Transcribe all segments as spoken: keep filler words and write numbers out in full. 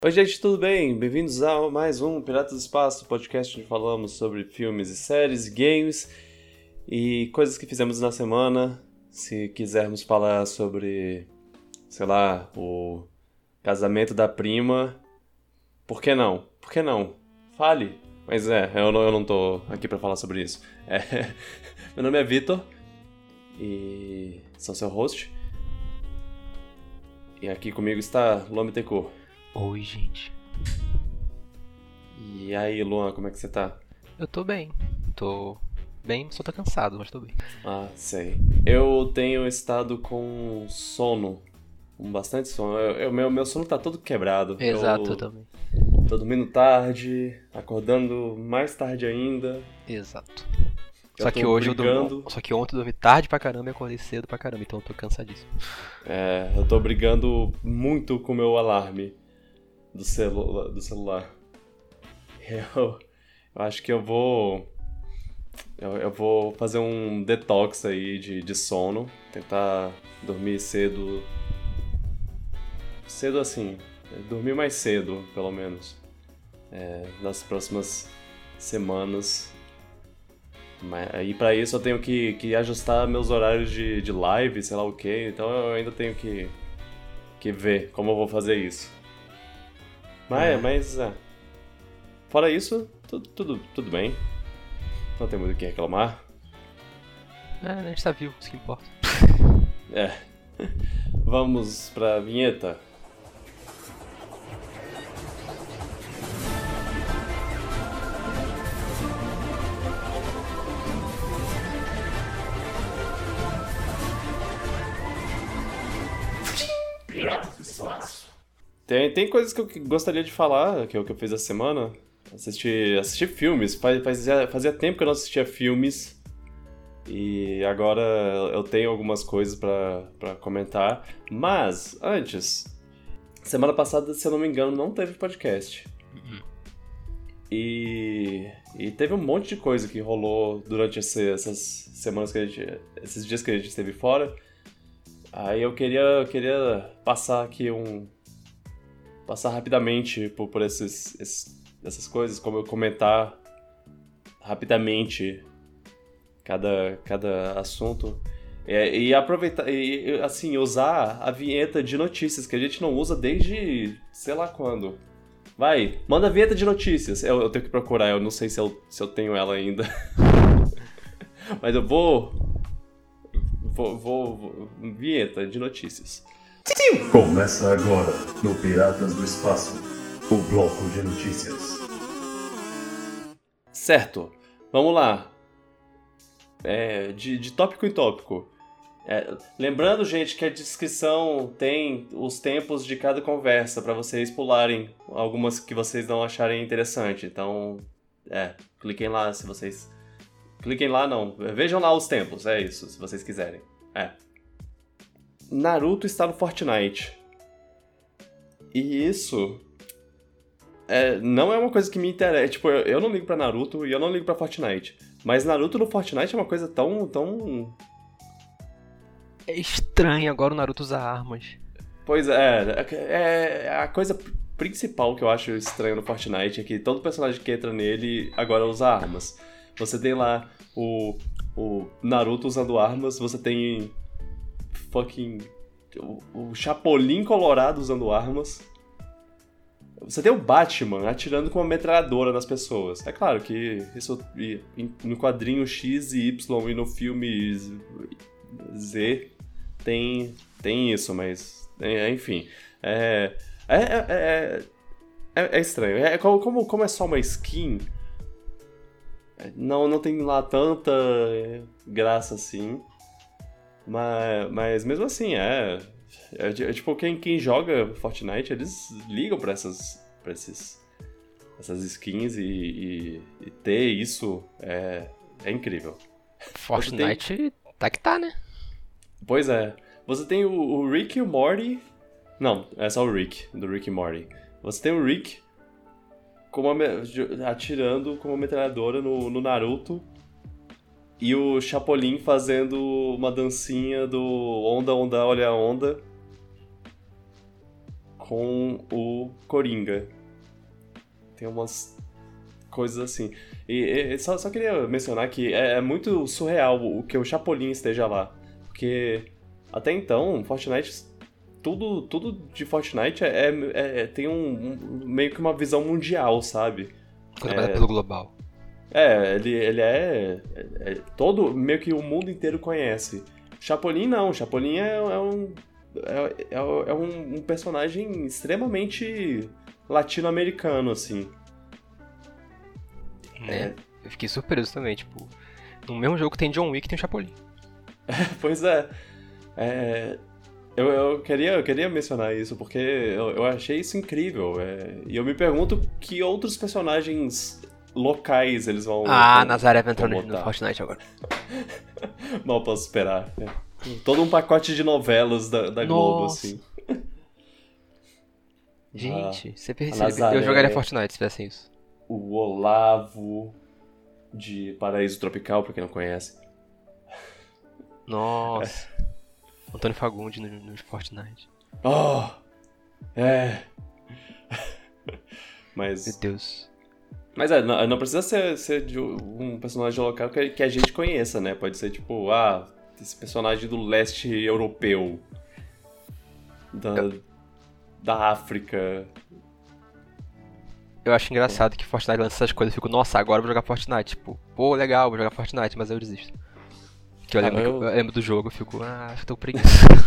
Oi gente, tudo bem? Bem-vindos a mais um Piratas do Espaço, podcast onde falamos sobre filmes e séries, games e coisas que fizemos na semana. Se quisermos falar sobre, sei lá, o casamento da prima, por que não? Por que não? Fale! Mas é, eu não, eu não tô aqui pra falar sobre isso. É, meu nome é Vitor e sou seu host. E aqui comigo está Luan Bittencourt. Oi, gente. E aí, Luan, como é que você tá? Eu tô bem. Tô bem, só tô cansado, mas tô bem. Ah, sei. Eu tenho estado com sono, com bastante sono. Eu, eu- meu, meu sono tá todo quebrado. Exato, eu Eu também. tô dormindo tarde, acordando mais tarde ainda. Exato. Eu Só tô que hoje eu brigando, dormi. Só que ontem eu dormi tarde pra caramba e acordei cedo pra caramba, então eu tô cansadíssimo. é, eu tô brigando muito com o meu alarme do, celu do celular. Eu, eu acho que eu vou. Eu, eu vou fazer um detox aí de, de sono, tentar dormir cedo. Cedo assim, dormir mais cedo, pelo menos, é, nas próximas semanas. Mas aí pra isso eu tenho que, que ajustar meus horários de, de live, sei lá o que, então eu ainda tenho que, que ver como eu vou fazer isso. Mas, É. mas é. Fora isso, tudo, tudo, tudo bem. Não tem muito o que reclamar. É, a gente tá vivo, isso que importa. É. Vamos pra vinheta. Tem, tem coisas que eu gostaria de falar, que é o que eu fiz essa semana. Assisti, assisti filmes. Faz, fazia, fazia tempo que eu não assistia filmes. E agora eu tenho algumas coisas pra, pra comentar. Mas, antes, semana passada, se eu não me engano, não teve podcast. E, e teve um monte de coisa que rolou durante esse, essas semanas que a gente. Esses dias que a gente esteve fora. Aí eu queria, eu queria passar aqui um. Passar rapidamente por, por esses, esses- essas coisas, como eu comentar rapidamente cada, cada assunto. É, e aproveitar, e assim, usar a vinheta de notícias, que a gente não usa desde sei lá quando. Vai, manda a vinheta de notícias. Eu, eu tenho que procurar, eu não sei se eu, se eu tenho ela ainda. Mas eu vou. Vou, vou, vou. Vinheta de notícias. Começa agora, no Piratas do Espaço, o bloco de notícias. Certo, vamos lá. É, de, de tópico em tópico. É, lembrando, gente, que a descrição tem os tempos de cada conversa para vocês pularem algumas que vocês não acharem interessante. Então, é, cliquem lá se vocês. Cliquem lá, não. Vejam lá os tempos, é isso, se vocês quiserem. É. Naruto está no Fortnite. E isso é, não é uma coisa que me interessa. Tipo, eu, eu não ligo pra Naruto e eu não ligo pra Fortnite. Mas Naruto no Fortnite é uma coisa tão, tão. É estranho agora o Naruto usar armas. Pois é, é, é a coisa principal que eu acho estranho no Fortnite é que todo personagem que entra nele agora usa armas. Você tem lá o, o Naruto usando armas, você tem fucking o, o Chapolin Colorado usando armas. Você tem o Batman atirando com uma metralhadora nas pessoas. É claro que isso e- em- no quadrinho X e Y e no filme Z Z tem, tem isso, mas é, enfim. É, é, é, é, é- é estranho. É, como, como como é só uma skin, não, não tem lá tanta é, graça assim. Mas, mas mesmo assim, é. É, é tipo, quem, quem joga Fortnite, eles ligam pra essas, pra esses, essas skins e, e- e ter isso é, é incrível. Fortnite tá que tá, né? Pois é. Você tem o, o Rick e o Morty. Não, é só o Rick, do Rick e Morty. Você tem o Rick com uma me- atirando com uma metralhadora no, no Naruto. E o Chapolin fazendo uma dancinha do Onda, Onda, Olha a Onda. com o Coringa. Tem umas coisas assim. E, e só, só queria mencionar que é, é muito surreal o que o Chapolin esteja lá. Porque até então, Fortnite, tudo, tudo de Fortnite é, é, é, tem um, um, meio que uma visão mundial, sabe? Coisa É, pelo global. É, ele, ele é, é, é... Todo... Meio que o mundo inteiro conhece. Chapolin não. Chapolin é, é um... É, é, é um, um personagem extremamente latino-americano, assim. Né? Eu fiquei surpreso também, tipo... No mesmo jogo tem John Wick e tem o Chapolin. Pois é. É... Eu, eu, queria, eu queria mencionar isso, porque eu, eu achei isso incrível. É, e eu me pergunto que outros personagens locais eles vão... Ah, vão, Nazaré vai entrar vão no, botar. no Fortnite agora. Mal posso esperar. É. Todo um pacote de novelas da, da Globo, Nossa. assim. Gente, Ah, você a percebe. Nazaré. Eu jogaria Fortnite se fizessem isso. O Olavo de Paraíso Tropical, pra quem não conhece. Nossa. Antônio Fagundes no, no Fortnite. Oh! É. Mas. Meu Deus. Mas é, não, não precisa ser, ser de um personagem local que, que a gente conheça, né? Pode ser tipo, ah, esse personagem do leste europeu. Da, Eu- da África. Eu acho engraçado que Fortnite lança essas coisas. Eu fico, nossa, agora eu vou jogar Fortnite. Tipo, pô, legal, vou jogar Fortnite, mas aí eu desisto. Porque eu Ah, lembro, eu- que- eu lembro do jogo, eu fico, ah, acho que tô preguiça.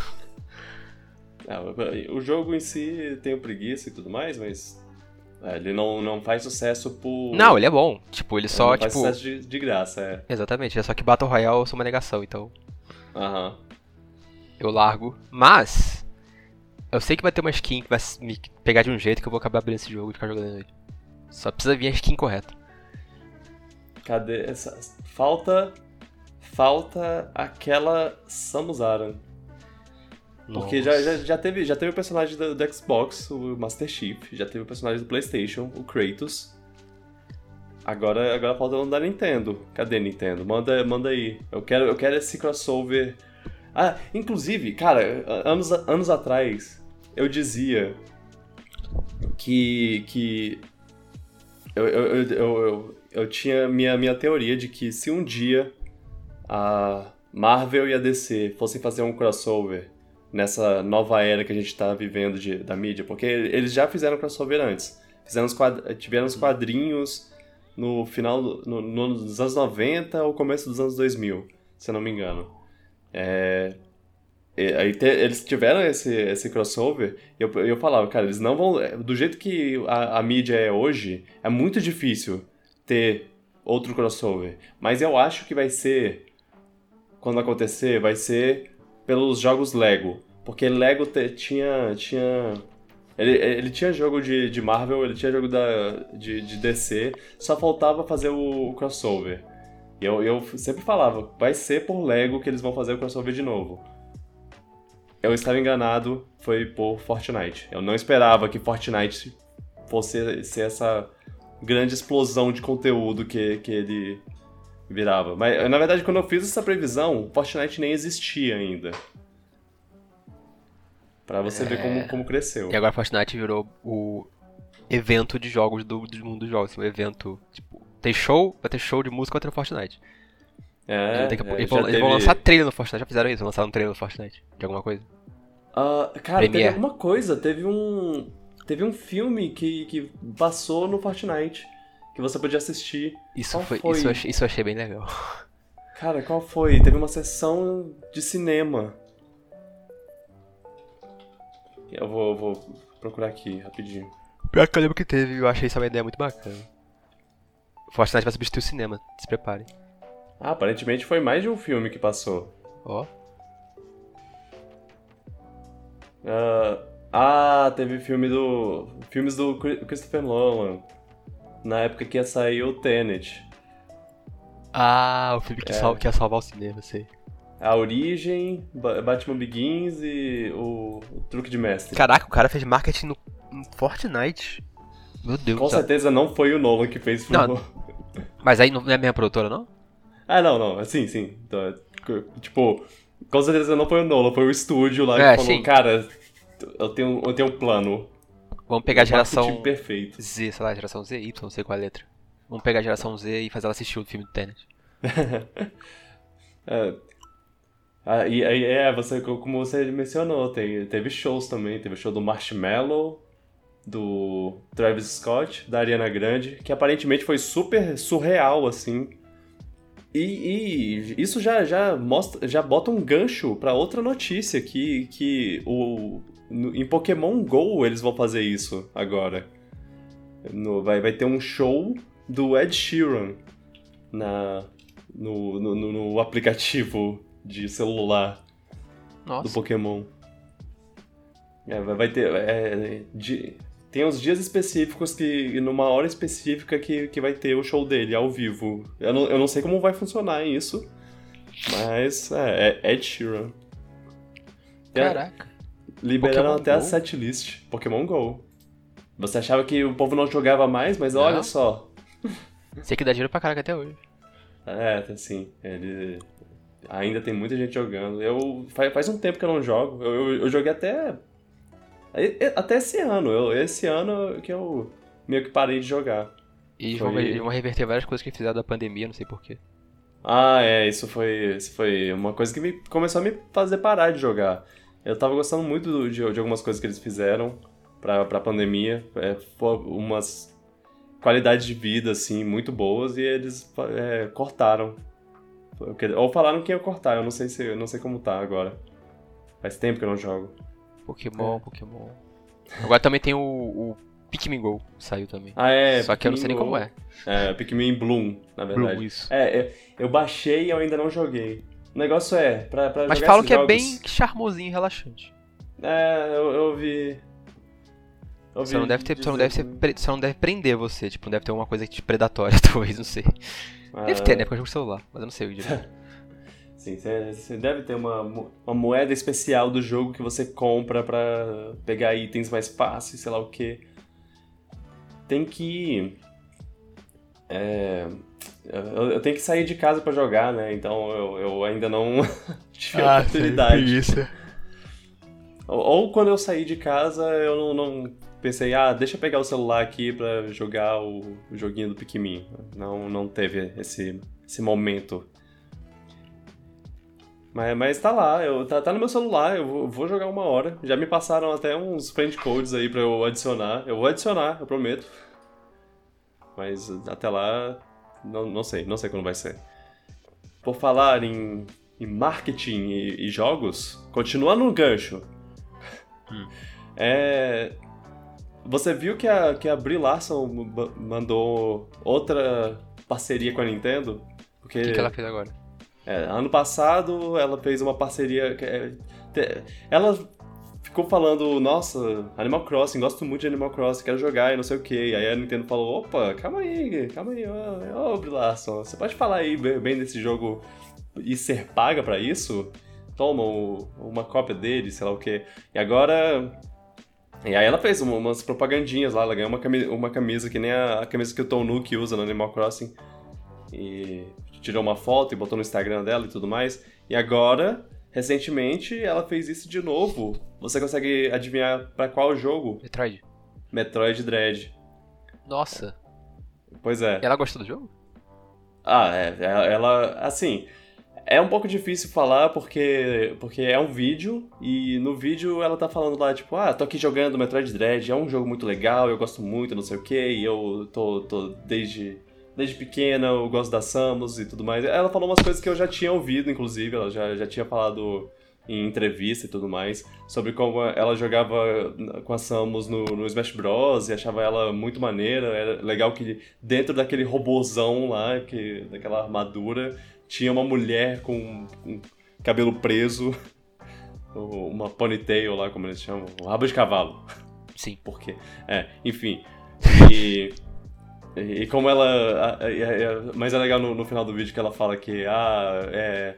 Ah, o jogo em si tem o preguiça e tudo mais, mas é, ele não, não faz sucesso por... Não, ele é bom. Tipo, ele só, não faz tipo. sucesso de, de graça, é. Exatamente, é só que Battle Royale eu sou uma negação, então Aham. eu largo. Mas, eu sei que vai ter uma skin que vai me pegar de um jeito que eu vou acabar abrindo esse jogo e ficar jogando ele. Só precisa vir a skin correta. Cadê essa... Falta... Falta aquela Samus Aran. Porque já, já, já, teve, já teve o personagem do, do Xbox, o Master Chief. Já teve o personagem do PlayStation, o Kratos. Agora, agora falta o da Nintendo. Cadê Nintendo? Manda, manda aí. Eu quero, eu quero esse crossover. Ah, inclusive, cara, anos, anos atrás, eu dizia que... que eu, eu, eu, eu, eu, eu tinha minha, minha teoria de que se um dia a Marvel e a D C fossem fazer um crossover nessa nova era que a gente tá vivendo de, da mídia, porque eles já fizeram crossover antes. Fizeram os quadr... Tiveram os quadrinhos no final, do- no, no- nos anos noventa ou começo dos anos dois mil, se eu não me engano. É... e- Aí te- eles tiveram esse, esse crossover e eu, eu falava, cara, eles não vão... Do jeito que a, a mídia é hoje, é muito difícil ter outro crossover. Mas eu acho que vai ser... Quando acontecer, vai ser pelos jogos Lego. Porque Lego te- tinha... tinha ele, ele tinha jogo de, de Marvel, ele tinha jogo da, de, de D C, só faltava fazer o, o crossover. E eu, eu sempre falava, vai ser por Lego que eles vão fazer o crossover de novo. Eu estava enganado, foi por Fortnite. Eu não esperava que Fortnite fosse ser essa grande explosão de conteúdo que, que ele virava. Mas, na verdade, quando eu fiz essa previsão, Fortnite nem existia ainda. Pra você ver como, como cresceu. E agora Fortnite virou o evento de jogos do, do mundo dos jogos. Assim, um evento, tipo, tem show, vai ter show de música, vai ter no Fortnite. É, Daqui a pouco- é, eles, já vão, eles vão teve- lançar trailer no Fortnite, já fizeram isso? Lançaram um trailer no Fortnite de alguma coisa? Ah, cara, Premiere. teve alguma coisa, teve um. Teve um filme que, que passou no Fortnite. Que você podia assistir. Isso Qual foi, foi? Isso, eu achei, isso eu achei bem legal. Cara, qual foi? Teve uma sessão de cinema. Eu vou, vou procurar aqui, rapidinho. Pior que eu lembro que teve, eu achei isso uma ideia muito bacana. Fortnite vai substituir o cinema, se preparem. Ah, aparentemente foi mais de um filme que passou. Ó, Ah, ah, teve filme do. Filmes do Chri- Christopher Nolan. Na época que ia sair o Tenet. ah, o filme que, É. sal, que ia salvar o cinema, sei. A Origem, Ba- Batman Begins e o, o Truque de Mestre. Caraca, o cara fez marketing no, no Fortnite. Meu Deus Com do céu. certeza não foi o Nolan que fez o filme. Não. Mas aí não é a mesma produtora, não? Ah, não, não. Sim, sim. Então, é, tipo, com certeza não foi o Nolan, foi o estúdio lá que É, falou, sim. cara, eu tenho, eu tenho um plano. Vamos pegar a O geração marketing perfeito. Z, sei lá, geração Z, Y, não sei qual é a letra. Vamos pegar a geração Z e fazer ela assistir o filme do Tenet. É, ah, e aí, é, você, como você mencionou, tem, teve shows também. Teve o show do Marshmello, do Travis Scott, da Ariana Grande, que aparentemente foi super surreal, assim. E, e isso já, já, mostra, já bota um gancho pra outra notícia, que, que o, no, em Pokémon GO eles vão fazer isso agora. No, vai, vai ter um show do Ed Sheeran na, no, no, no, no aplicativo de celular Nossa. do Pokémon. É, vai, vai ter... É, de, tem uns dias específicos, que numa hora específica que, que vai ter o show dele ao vivo. Eu não, eu não sei como vai funcionar isso, mas é, é Ed Sheeran. Tem a- Caraca. Liberaram Pokémon até a Go? setlist. Pokémon GO. Você achava que o povo não jogava mais, mas Não. olha só. Sei que dá dinheiro pra caraca até hoje. É, assim, ele... Ainda tem muita gente jogando. Eu... Faz, faz um tempo que eu não jogo. Eu, eu, eu joguei até... Até esse ano. Eu, esse ano que eu meio que parei de jogar. E Foi- vão, eles vão reverter várias coisas que fizeram da pandemia, não sei porquê. Ah, é, isso foi, isso foi uma coisa que me, começou a me fazer parar de jogar. Eu tava gostando muito do- de, de algumas coisas que eles fizeram pra, pra pandemia. É, foi umas qualidades de vida, assim, muito boas, e eles é, cortaram. Ou falaram que ia cortar, eu não sei, se, eu não sei como tá agora. Faz tempo que eu não jogo. Pokémon, É. Pokémon. Agora também tem o, o Pikmin Go, saiu também. Ah, é. Só que eu não sei nem Pikmin como Go. é. É, Pikmin Bloom, na verdade. Bloom, isso. É, é, eu baixei e eu ainda não joguei. O negócio é, pra, pra Mas jogar falam esses que é jogos- bem charmosinho e relaxante. É, eu, eu vi. Eu Só não vi deve ter, só não dizer deve ser, que- pre- só não deve prender você, tipo, não deve ter alguma coisa de predatória, talvez, não sei. Deve ter, né? Porque eu jogo celular, mas eu não sei o direito. Sim, você deve ter uma, mo- uma moeda especial do jogo que você compra pra pegar itens mais fáceis, sei lá o quê. Tem que... É, eu, eu tenho que sair de casa pra jogar, né? Então eu, eu ainda não tive a oportunidade. isso. Ou, ou quando eu saí de casa, eu não, não pensei, ah, deixa eu pegar o celular aqui pra jogar o, o joguinho do Pikmin. Não, não teve esse, esse momento. Mas, mas tá lá, eu, tá, tá no meu celular, eu vou, vou jogar uma hora. Já me passaram até uns friend codes aí pra eu adicionar. Eu vou adicionar, eu prometo. Mas até lá, não, não sei, não sei quando vai ser. Por falar em, em marketing e, e jogos, continuando no gancho. Hum. É, você viu que a, que a Brie Larson ma- mandou outra parceria com a Nintendo? Porque O que, que ela fez agora? é, ano passado ela fez uma parceria. que é- te- Ela ficou falando, nossa, Animal Crossing, gosto muito de Animal Crossing, quero jogar e não sei o que. Aí a Nintendo falou, opa, calma aí, calma aí, ô, ô Brie Larson, você pode falar aí bem bem desse jogo e ser paga pra isso? Toma o- uma cópia dele, sei lá o que. E agora. E aí ela fez uma- umas propagandinhas lá, ela ganhou uma camisa, uma camisa que nem a, a camisa que o Tom Nook usa no Animal Crossing. E tirou uma foto e botou no Instagram dela e tudo mais. E agora, recentemente, ela fez isso de novo. Você consegue adivinhar pra qual jogo? Metroid. Metroid Dread. Nossa. Pois é. E ela gostou do jogo? Ah, é, é- ela, assim, é um pouco difícil falar porque, porque é um vídeo e no vídeo ela tá falando lá, tipo, ah, tô aqui jogando Metroid Dread, é um jogo muito legal, eu gosto muito, não sei o que, e eu tô, tô desde, desde pequena, eu gosto da Samus e tudo mais. Ela falou umas coisas que eu já tinha ouvido, inclusive, ela já, já tinha falado em entrevista e tudo mais, sobre como ela jogava com a Samus no, no Smash Bros. E achava ela muito maneira. Era legal que dentro daquele robozão lá, que, daquela armadura, tinha uma mulher com um cabelo preso, uma ponytail lá, como eles chamam, um rabo de cavalo. Sim. Por quê? É, enfim. E... E como ela... a- a- a- Mas é legal no, no final do vídeo que ela fala que, ah, é...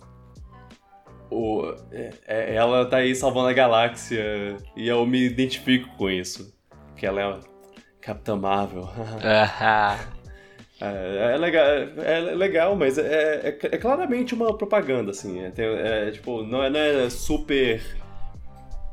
O, é- é- ela tá aí salvando a galáxia e eu me identifico com isso. Que ela é uma Capitã Marvel. Ah, É, é legal, é legal, mas é, é, é claramente uma propaganda, assim. É, tem- é, tipo, não é, não é super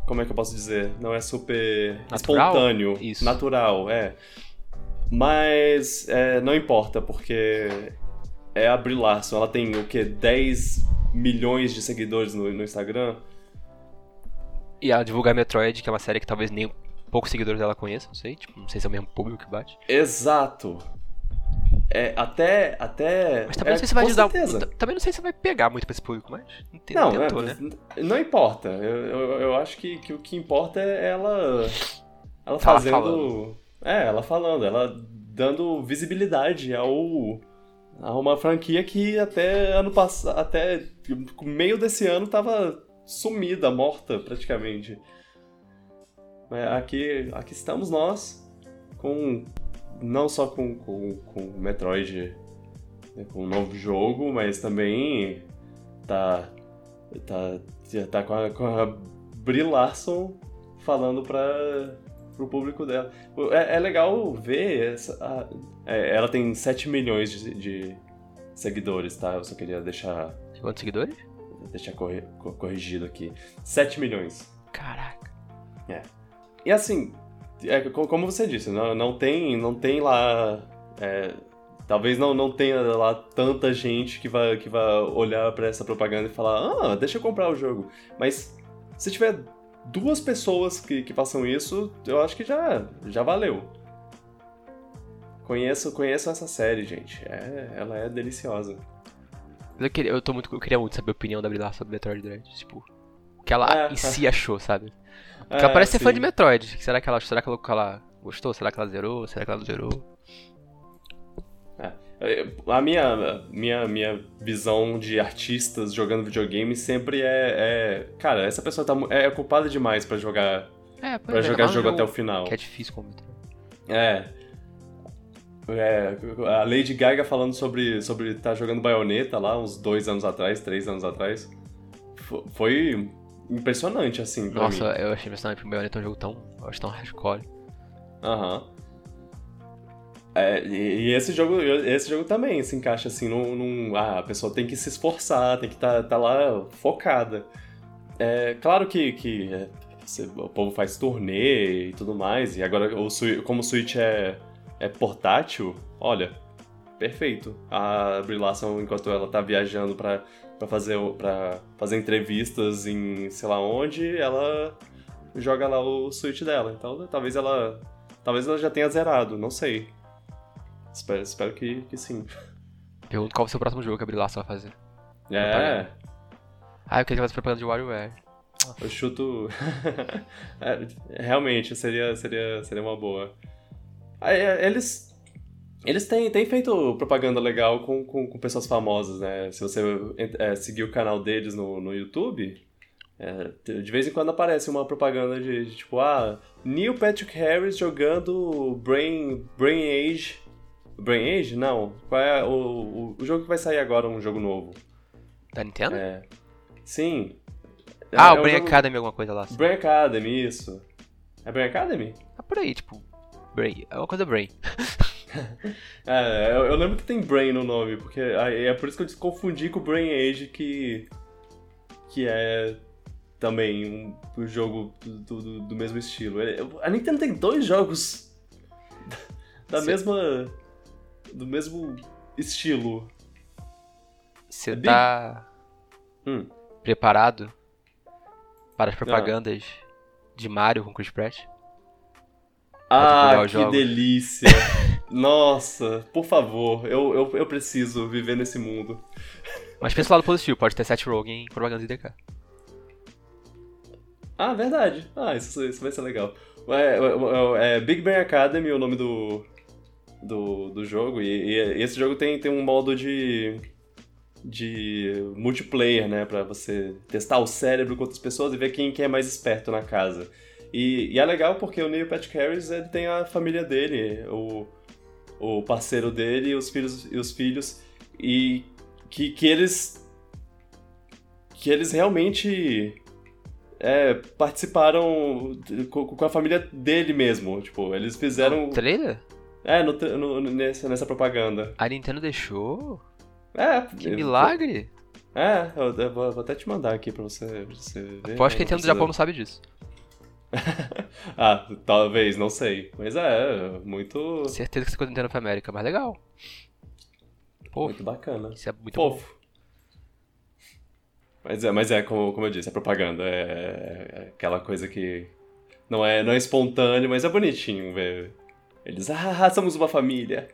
como é que eu posso dizer? Não é super Natural? espontâneo. Isso. Natural, é. Mas é, não importa, porque é a Brie Larson. Ela tem o quê? dez milhões de seguidores no, no Instagram? E ela divulgar Metroid, que é uma série que talvez nem poucos seguidores dela conheçam, não sei. Tipo, não sei se é o mesmo público que bate. Exato. É, até, até... Mas também é, não sei se vai com ajudar. certeza. t- Também não sei se vai pegar muito pra esse público, mas não tem, Não, tentou, é, né? não importa. Eu, eu, eu acho que, que o que importa é ela, ela Fala fazendo... falando. É, ela falando, ela dando visibilidade ao, a uma franquia que até ano passado, até meio desse ano tava sumida, morta praticamente. É, aqui, aqui estamos nós, com não só com, com, com Metroid, né, com um novo jogo, mas também tá, tá, tá com, a, com a Brie Larson falando para pro público dela. É, é legal ver essa, a, é, ela tem sete milhões de, de seguidores, tá? Eu só queria deixar Quantos seguidores? deixar corri, corrigido aqui. sete milhões. Caraca. É. E assim, é, como você disse, não, não, tem, não tem lá... É, talvez não, não tenha lá tanta gente que vai, que vai olhar pra essa propaganda e falar, ah, deixa eu comprar o jogo. Mas se tiver duas pessoas que, que façam isso, eu acho que já, já valeu. Conheço, conheço essa série, gente. É, ela é deliciosa. Eu, queria, eu, tô muito, eu queria muito saber a opinião da Brie Larson sobre Metroid Dread. Tipo, o que ela É. em si achou, sabe? Porque É, ela parece ser fã sim. de Metroid. Será que ela, será que ela, que ela gostou? Será que ela zerou? Será que ela não zerou? A minha, minha, minha visão de artistas jogando videogame sempre é... é cara, essa pessoa tá, mu- é culpada demais pra jogar, É, pra jogar jogo até o final. Que é difícil como Metroid. É. É, a Lady Gaga falando sobre sobre estar jogando Bayonetta lá uns dois anos atrás, três anos atrás. Fo- Foi impressionante, assim, pra Nossa, mim. eu achei impressionante porque o Bayonetta é um jogo tão, eu acho tão hardcore. Aham. É, e, e esse jogo esse jogo também se encaixa assim num... num- ah, a pessoa tem que se esforçar, tem que estar tá, tá lá focada. É, claro que, que é, você- o povo faz turnê e tudo mais, e agora o, Sui- como o Switch é, é portátil, olha, perfeito. A Brie Larson, enquanto ela tá viajando pra, pra, fazer, o- pra fazer entrevistas em sei lá onde, ela joga lá o Switch dela. Então talvez ela, talvez ela já tenha zerado, não sei. Espero, espero que, que sim. Pergunto qual vai ser o próximo jogo que a Brie Larson vai fazer. É, Ah, eu queria fazer propaganda de WarioWare. eu chuto... É, realmente, seria, seria, seria uma boa. Aí, é, Eles... Eles têm, têm feito propaganda legal com, com, com pessoas famosas, né? Se você é, seguir o canal deles no, no YouTube, é, de vez em quando aparece uma propaganda de, de tipo, ah, Neil Patrick Harris jogando Brain, Brain Age. Brain Age? Não. Qual é o, o, o jogo que vai sair agora, um jogo novo? Da Nintendo? É, sim. ah, É- o é um Brain jogo- Academy, alguma coisa lá. Assim. Brain Academy, isso. É Brain Academy? Ah, por aí, tipo, Brain. É uma coisa Brain. É, eu, eu lembro que tem Brain no nome, porque aí é por isso que eu confundi com o Brain Age, que, que é também um, um jogo do, do, do mesmo estilo. Ele- A Nintendo tem dois jogos da Cê- mesma... do mesmo estilo. Você É big- tá Hum. preparado para as propagandas de Mario com Chris Pratt? Ah, divulgar os que jogos. delícia! Nossa, por favor, eu, eu, eu preciso viver nesse mundo. Mas pensa do lado positivo, pode ter Seth Rogen em propaganda de D K. Ah, verdade. Ah, isso, isso vai ser legal. É, é, é Big Bang Academy, o nome do, do, do jogo, e, e esse jogo tem, tem um modo de, de multiplayer, né, pra você testar o cérebro com outras pessoas e ver quem, quem é mais esperto na casa. E, e é legal porque o Neil Patrick Harris, ele tem a família dele, o, o parceiro dele e os filhos, e os filhos, e que, que eles que eles realmente é, participaram com, com a família dele mesmo, tipo, eles fizeram... Trailer? É, no, tra- no, nessa, nessa propaganda. A Nintendo deixou? É, Que eu- milagre! É, eu, eu vou, vou até te mandar aqui pra você, pra você ver. Aposto que a Não Nintendo do Japão não precisa- sabe disso. Ah, talvez, não sei. Mas é, muito, Certeza que essa coisa Nintendo of America, mas legal. Pô, muito bacana. isso é muito bom. Fofo. Mas é, mas é como, como eu disse, é propaganda. É, é aquela coisa que não é, não é espontâneo, mas é bonitinho ver. Eles, ah, somos uma família.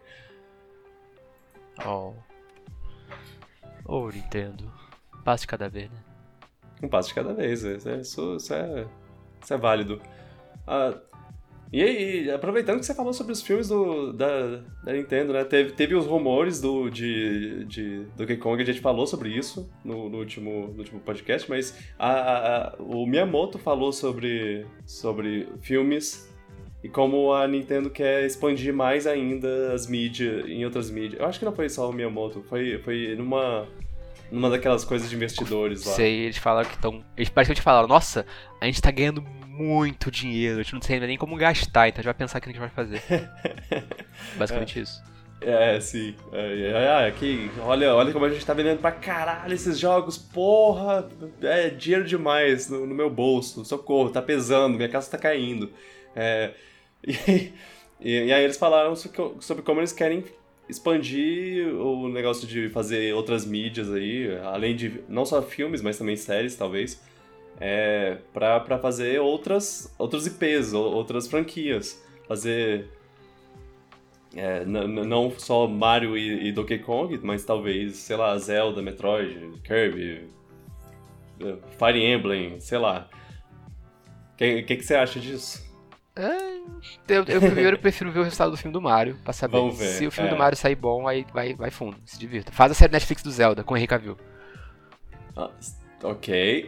Oh. Oh, Nintendo. Passo de cada vez, né? Um passo de cada vez, isso é, isso, isso é, isso é válido. Ah, e aí, aproveitando que você falou sobre os filmes do, da, da Nintendo, né? Teve, teve os rumores do, de, de Donkey Kong, a gente falou sobre isso no, no, último, no último podcast, mas a, a, o Miyamoto falou sobre, sobre filmes e como a Nintendo quer expandir mais ainda as mídias, em outras mídias. Eu acho que não foi só o Miyamoto, foi, foi numa, numa daquelas coisas de investidores lá. Sei, eles falaram que estão. Eles praticamente falaram, nossa, a gente tá ganhando muito dinheiro, a gente não sei nem como gastar, então a gente vai pensar o que a gente vai fazer. Basicamente É. isso. É, sim. É, é, aqui, olha, olha como a gente tá vendendo pra caralho esses jogos, porra! É dinheiro demais no, no meu bolso, socorro, tá pesando, minha casa tá caindo. É, e, e, e aí eles falaram sobre, sobre como eles querem expandir o negócio de fazer outras mídias aí, além de não só filmes, mas também séries, talvez, é, pra, pra fazer outras, outros I Ps, ou- outras franquias. Fazer é, n- n- não só Mario e, e Donkey Kong, mas talvez, sei lá, Zelda, Metroid, Kirby, eh, Fire Emblem, sei lá. O que, que, que você acha disso? Eu, eu primeiro prefiro ver o resultado do filme do Mario, pra saber. Vamos ver, Se o filme é. do Mario sair bom, aí vai, vai fundo, se divirta. Faz a série Netflix do Zelda, com o Henry Cavill. Ah, ok.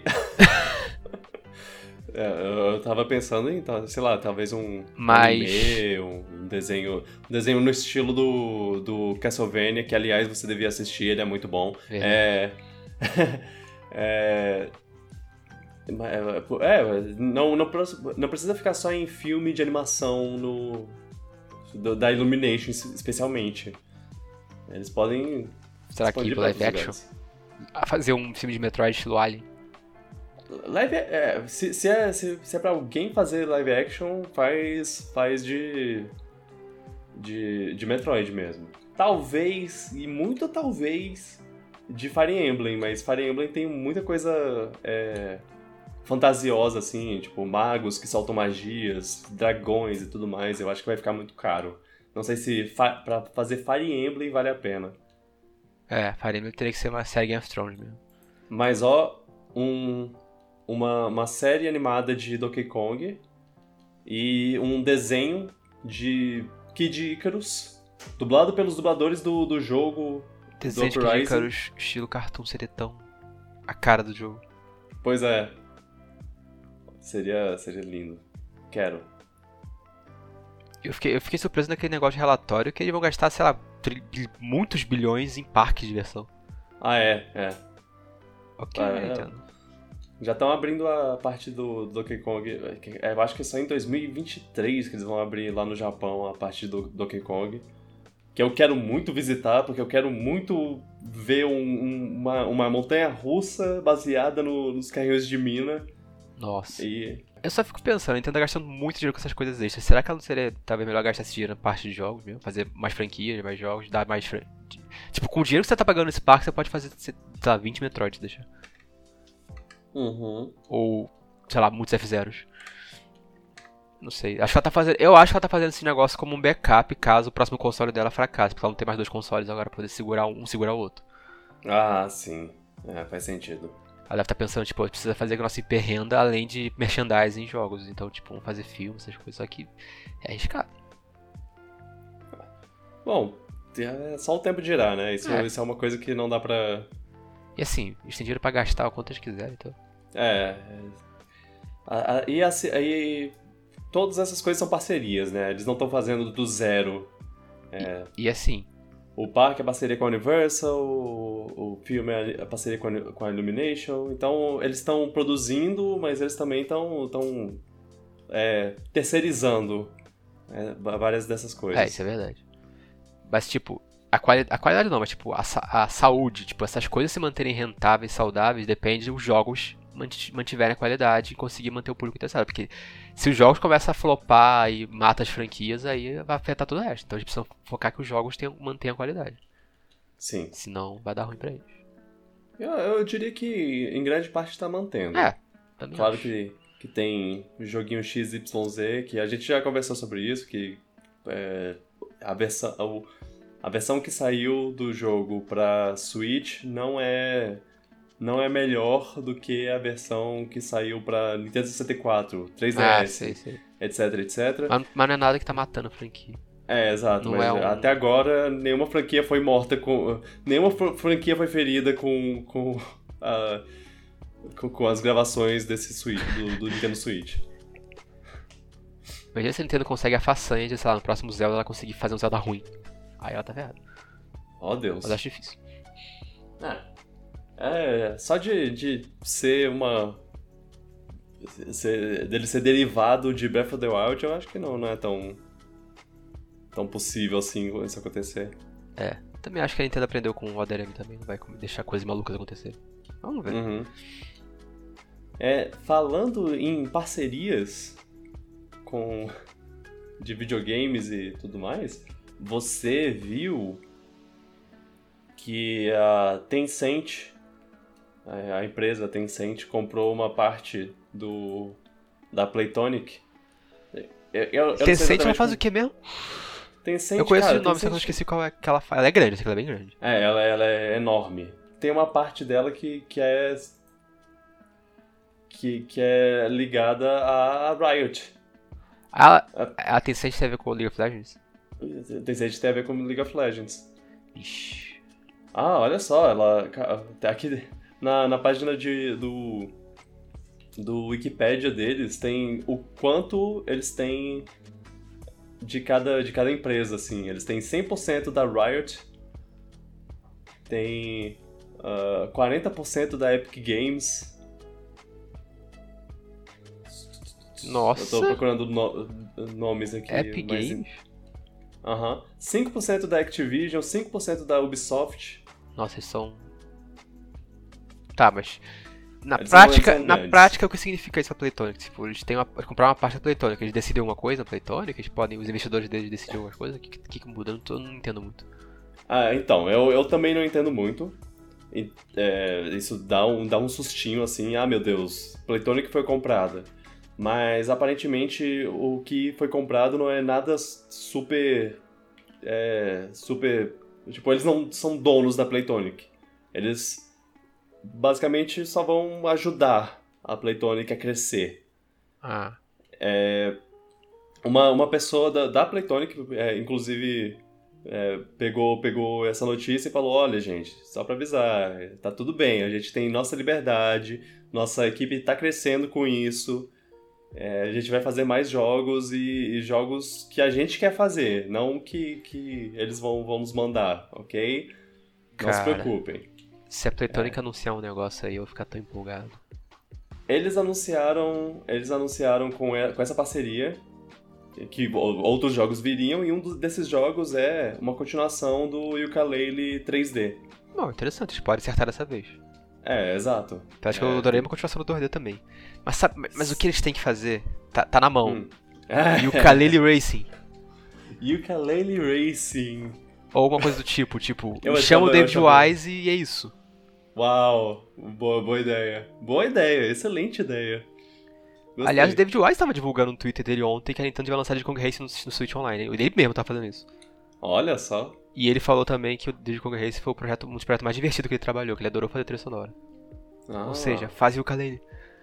É, eu eu tava pensando em, tá, sei lá, talvez um Mas- anime, um um desenho, um desenho no estilo do, do Castlevania, que aliás você devia assistir, ele é muito bom. É, é, é, é, não, não, não precisa ficar só em filme de animação no, do- da Illumination, especialmente. Eles podem Será que expandir pro pra live outros action? lugares. A fazer um filme de Metroid estilo Alien. Live, é, se, se, é, se, se é pra alguém fazer live action, faz, faz de, de, de Metroid mesmo. Talvez, e muito talvez, de Fire Emblem, mas Fire Emblem tem muita coisa é, fantasiosa, assim, tipo magos que soltam magias, dragões e tudo mais, eu acho que vai ficar muito caro. Não sei se fa pra fazer Fire Emblem vale a pena. É, Fire Emblem teria que ser uma série Game of Thrones mesmo. Mas ó, um, uma, uma série animada de Donkey Kong e um desenho de Kid Icarus, dublado pelos dubladores do, do jogo Desenho de do Kid Uprising. Icarus, estilo cartoon, seria tão a cara do jogo. Pois é. Seria, seria lindo. Quero. Eu fiquei, eu fiquei surpreso naquele negócio de relatório que eles vão gastar, sei lá, tri- bi- muitos bilhões em parques de diversão. Ah, é, é. Ok, Ah, é. entendo. Já estão abrindo a parte do, do Donkey Kong. é, Eu acho que é só em dois mil e vinte e três que eles vão abrir lá no Japão a parte do Donkey Kong. Que eu quero muito visitar, porque eu quero muito ver um- um- uma, uma montanha russa baseada no- nos carrinhos de mina. Nossa. E. Eu só fico pensando, a Nintendo tá gastando muito dinheiro com essas coisas extras. Será que ela não seria talvez melhor gastar esse dinheiro na parte de jogos mesmo? Fazer mais franquias, mais jogos, dar mais. Fran... Tipo, com o dinheiro que você tá pagando nesse parque, você pode fazer, sei lá, vinte Metroids, deixa. Uhum. Ou, sei lá, muitos F-Zeros. Não sei. Acho que ela tá fazendo. Eu acho que ela tá fazendo esse negócio como um backup caso o próximo console dela fracasse. Porque ela não tem mais dois consoles agora pra poder segurar um, um segurar o outro. Ah, sim. É, faz sentido. Ela deve estar pensando, tipo, precisa fazer que a nossa I P renda além de merchandising em jogos. Então, tipo, vamos fazer filmes, essas coisas. Só que é arriscado. Bom, é só o tempo dirá, né? Isso É. isso é uma coisa que não dá pra. E assim, eles têm dinheiro pra gastar o quanto eles quiserem, então. É. é. A- a- E assim, aí. Todas essas coisas são parcerias, né? Eles não estão fazendo do zero. E assim, O parque é parceria com a Universal, o, o filme é a parceria com a, com a Illumination. Então, eles estão produzindo, mas eles também estão estão é, terceirizando é, várias dessas coisas. é, isso é verdade. Mas, tipo, a, quali a qualidade não, mas, tipo, a, sa a saúde, tipo, essas coisas se manterem rentáveis, saudáveis, depende dos jogos manti- mantiverem a qualidade e conseguir manter o público interessado. Porque se os jogos começam a flopar e mata as franquias, aí vai afetar todo o resto. Então a gente precisa focar que os jogos tenham, mantenham a qualidade. Sim. Senão vai dar ruim pra eles. Eu, eu diria que em grande parte tá mantendo. É, também Claro acho. que, que tem o joguinho X Y Z, que a gente já conversou sobre isso, que é, a, versão, a versão que saiu do jogo pra Switch não é, não é melhor do que a versão que saiu pra Nintendo sessenta e quatro, três D S, Ah, sei, sei. etc, etcétera. Mas, mas não é nada que tá matando a franquia. É, exato, Não mas é um- até agora nenhuma franquia foi morta com... Nenhuma fr- franquia foi ferida com, com, a- com, com as gravações desse Switch, do, do Nintendo Switch. Imagina se a Nintendo consegue a façanha de, sei lá, no próximo Zelda ela conseguir fazer um Zelda ruim. Aí ela tá ferrada. Ó Deus. Mas acho difícil. É, é, só de, de ser uma... Ser, dele ser derivado de Breath of the Wild, eu acho que não, não é tão... Tão possível assim isso acontecer. É, também acho que a Nintendo aprendeu com o O D R M também, não vai deixar coisas malucas acontecer. Vamos ver. Uhum. É, falando em parcerias com de videogames e tudo mais, você viu que a Tencent, a a empresa Tencent, comprou uma parte do da Playtonic? Eu, eu, eu não sei Tencent ela exatamente faz como- o que mesmo? Tencent, Eu conheço cara, de nome, só que eu não Tencent- esqueci qual é que ela faz. Ela é grande, essa aqui ela é bem grande. É, ela, ela é enorme. Tem uma parte dela que, que é. Que, que é ligada a Riot. A, a Tencent tem a ver com o League of Legends? Tencent tem a ver com League of Legends. Ixi. Ah, olha só, ela. Tá aqui na, na página de, do. Do Wikipedia deles tem o quanto eles têm de cada, de cada empresa, assim. Eles têm cem por cento da Riot, tem uh, quarenta por cento da Epic Games. Nossa. Eu tô procurando no- nomes aqui. Epic mas- Games? Aham. cinco por cento da Activision, cinco por cento da Ubisoft. Nossa, eles são... Tá, mas... Na Eles são- prática, eles são na grandes. prática, o que significa isso pra Playtonic? Tipo, eles têm uma, comprar uma parte da Playtonic, eles decidem alguma coisa na Playtonic? Eles podem, os investidores deles decidem alguma coisa? O que, que, que muda? Eu não, tô, não entendo muito. Ah, então, eu, eu também não entendo muito. E, é, isso dá um, dá um sustinho assim, ah meu Deus, Playtonic foi comprada. Mas aparentemente o que foi comprado não é nada super. É, super. Tipo, eles não são donos da Playtonic. Eles basicamente só vão ajudar a Playtonic a crescer. Ah, Uma, uma pessoa da, da Playtonic, é, inclusive, é, pegou, pegou essa notícia e falou: olha, gente, só pra avisar, tá tudo bem, a gente tem nossa liberdade, nossa equipe tá crescendo com isso, é, a gente vai fazer mais jogos e, e jogos que a gente quer fazer, não que, que eles vão, vão nos mandar, ok? Não se Cara. preocupem. se a Playtonic anunciar um negócio aí, eu vou ficar tão empolgado. Eles anunciaram, eles anunciaram com, e- com essa parceria que o- outros jogos viriam, e um dos- desses jogos é uma continuação do Yooka-Laylee três D. Bom, interessante, eles podem acertar dessa vez. É, exato. Eu acho que É, eu adorei uma continuação do dois D também. Mas, sabe, mas o que eles têm que fazer? Tá, tá na mão. Hum. E o Kalele Racing. Yooka-Laylee Racing. Ou alguma coisa do tipo, tipo, Eu chama o achava- eu David achava- Wise e é isso. Uau, boa, boa ideia. Boa ideia, excelente ideia. Gostei. Aliás, o David Wise tava divulgando no Twitter dele ontem que a Nintendo ia lançar Diddy Kong Racing no, no Switch Online. Ele mesmo tá fazendo isso. Olha só. E ele falou também que o Diddy Kong Racing foi o projeto, um dos projetos mais divertidos que ele trabalhou, que ele adorou fazer trilha sonora. Ah, Ou seja, faz o ukulele.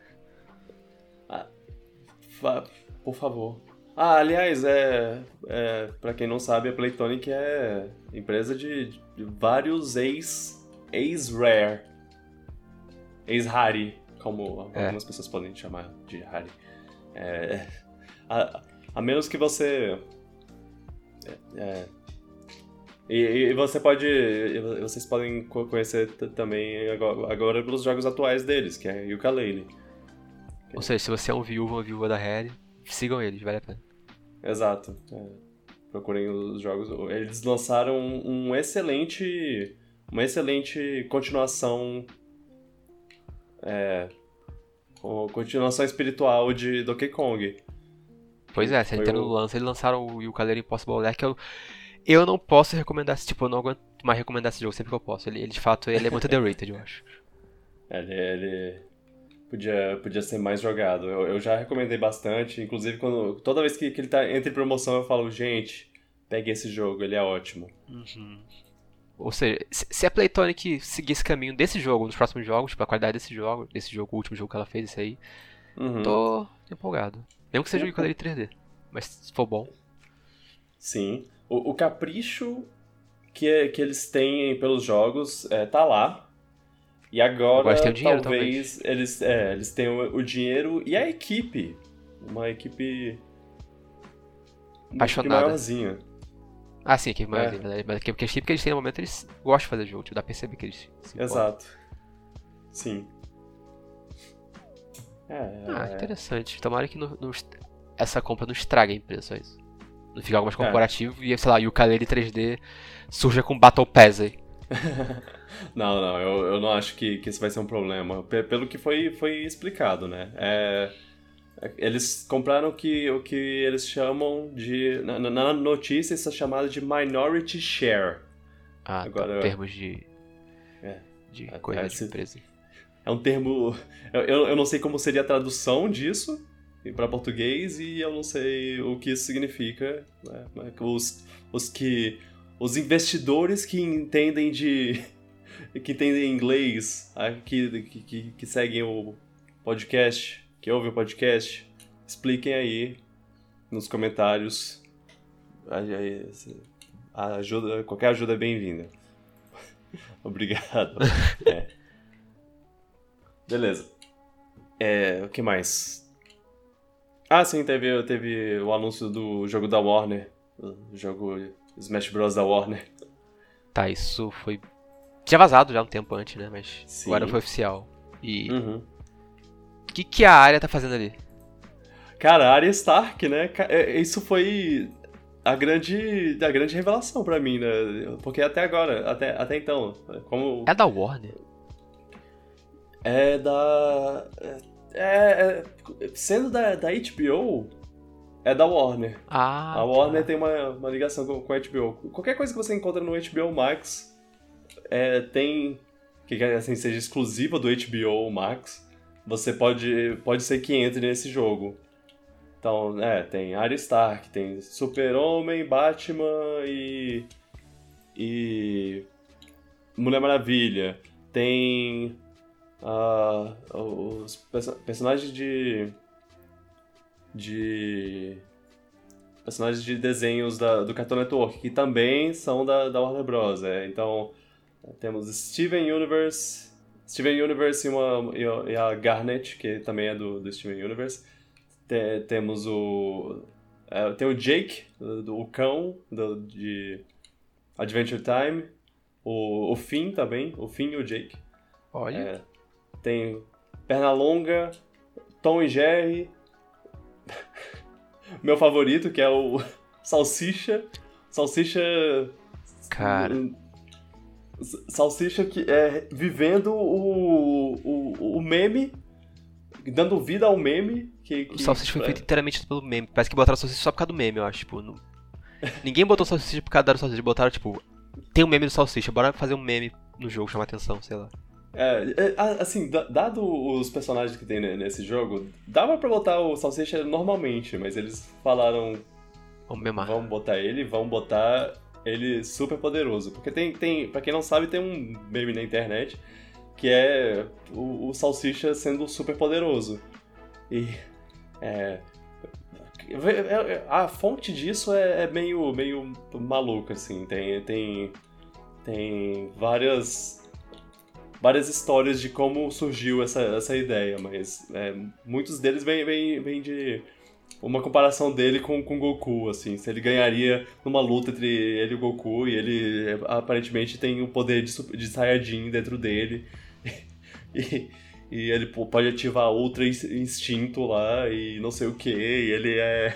fa- por favor. Ah, aliás, é, é, pra quem não sabe, a Playtonic é empresa de, de vários ex, ex-Rare. Ex-Harry, como É. algumas pessoas podem chamar de Harry. É, a, a menos que você... é, é, e, e você pode... e vocês podem co- conhecer t- também agora, agora pelos jogos atuais deles, que é Yooka-Laylee. Ou seja, se você é um viúvo ou uma viúva da Harry, sigam eles, vale a pena. Exato. É, procurem os jogos. Eles lançaram um excelente, uma excelente continuação, é, com continuação espiritual de Donkey Kong. Pois é, se a Foi Nintendo o- lança, eles lançaram o Yooka-Laylee Impossible Lair, que eu, eu não posso recomendar, esse- tipo, eu não aguento mais recomendar esse jogo sempre que eu posso. Ele, ele, de fato, ele é muito underrated, eu acho. Ele, ele podia, podia ser mais jogado. Eu, eu já recomendei bastante, inclusive quando toda vez que, que ele tá entre promoção eu falo, gente, pegue esse jogo, ele é ótimo. Ou seja, se se a Playtonic seguir esse caminho desse jogo, nos próximos jogos, tipo, a qualidade desse jogo, desse jogo, o último jogo que ela fez, esse aí, Uhum. tô empolgado. Mesmo que seja o Yooka-Laylee três D. Mas se for bom. Sim. O, o capricho que, é- que eles têm pelos jogos é, tá lá. E agora, Agora eles têm o dinheiro, talvez, eles, é, eles tenham o dinheiro e a equipe. Uma equipe... Uma Apaixonada. equipe maiorzinha. Ah, sim, aqui, mas, É. mas, mas porque a equipe que eles têm no momento, eles gostam de fazer jogo, tipo, dá pra perceber que eles se importam. Exato. Sim. É, Ah, é, interessante. Tomara que não- não est- essa compra não estrague a empresa, só isso. Não fique algo mais É. corporativo e, sei lá, Yooka-Laylee três D surja com Battle Pass aí. Não, não, eu, eu não acho que, que isso vai ser um problema. Pe- Pelo que foi, foi explicado, né? É, é- eles compraram que, o que eles chamam de... Na, na- na notícia, isso é chamado de minority share. Ah, Agora- tá, em termos de, É, de É, coisa é, de se- empresa. é um termo... Eu, eu, eu não sei como seria a tradução disso para português e eu não sei o que isso significa. Né? Mas Os, os que... Os investidores que entendem de... que entendem inglês, ah, que, que, que, que seguem o podcast, que ouvem o podcast, expliquem aí nos comentários. Aí- aí, a ajuda, qualquer ajuda é bem-vinda. Obrigado. É. Beleza. É, o que mais? Ah, sim, teve, teve o anúncio do jogo da Warner. O jogo Smash Bros. Da Warner. Tá, isso foi... Tinha vazado já um tempo antes, né? Mas Sim. agora foi oficial. E Uhum. o que, que a área tá fazendo ali? Cara, a Arya Stark, né? Ca- é, Isso foi a grande, a grande revelação pra mim, né? Porque até agora, até, até então, como É da Warner? é da... É, é- sendo da, da H B O, é da Warner. Ah, A Warner tá. tem uma, uma ligação com, com a H B O. Qualquer coisa que você encontra no H B O Max é, tem... Que assim, seja exclusiva do H B O Max, você pode, pode ser que entre nesse jogo. Então, é, tem Arya Stark, tem Super-Homem, Batman e... E... Mulher Maravilha. Tem... ah, os perso- personagens de... De... Personagens de desenhos da, do Cartoon Network, que também são da, da Warner Bros. É. Então, temos Steven Universe... Steven Universe e, uma, e a- e a Garnet, que também é do, do Steven Universe. Te- temos o... é, tem o Jake, do, do- o cão do, de Adventure Time. O, o Finn também, o Finn e o Jake. Olha, É, tem Pernalonga, Tom e Jerry. Meu favorito, que é o Salsicha. Salsicha... cara. Salsicha que é vivendo o, o, o meme, dando vida ao meme. Que, que, O Salsicha foi é, feito inteiramente pelo meme. Parece que botaram Salsicha só por causa do meme, eu acho. Tipo, não... Ninguém botou Salsicha por causa da Salsicha. Botaram, tipo, tem um meme do Salsicha, bora fazer um meme no jogo, chamar atenção, sei lá. É, é, assim, da- dado os personagens que tem ne- nesse jogo, dava pra botar o Salsicha normalmente, mas eles falaram, Vamos memar. vamos botar ele, vamos botar ele super poderoso. Porque tem, tem, pra quem não sabe, tem um meme na internet que é o, o Salsicha sendo super poderoso. E é, a fonte disso é, é meio, meio maluca, assim. Tem, tem, tem várias, várias histórias de como surgiu essa, essa ideia, mas é, muitos deles vêm vem, vem de uma comparação dele com o Goku, assim. Se ele ganharia numa luta entre ele e o Goku, e ele aparentemente tem o poder de, su- de Saiyajin dentro dele. E, e ele pô, pode ativar Ultra Ins- Instinto lá e não sei o que, e ele é...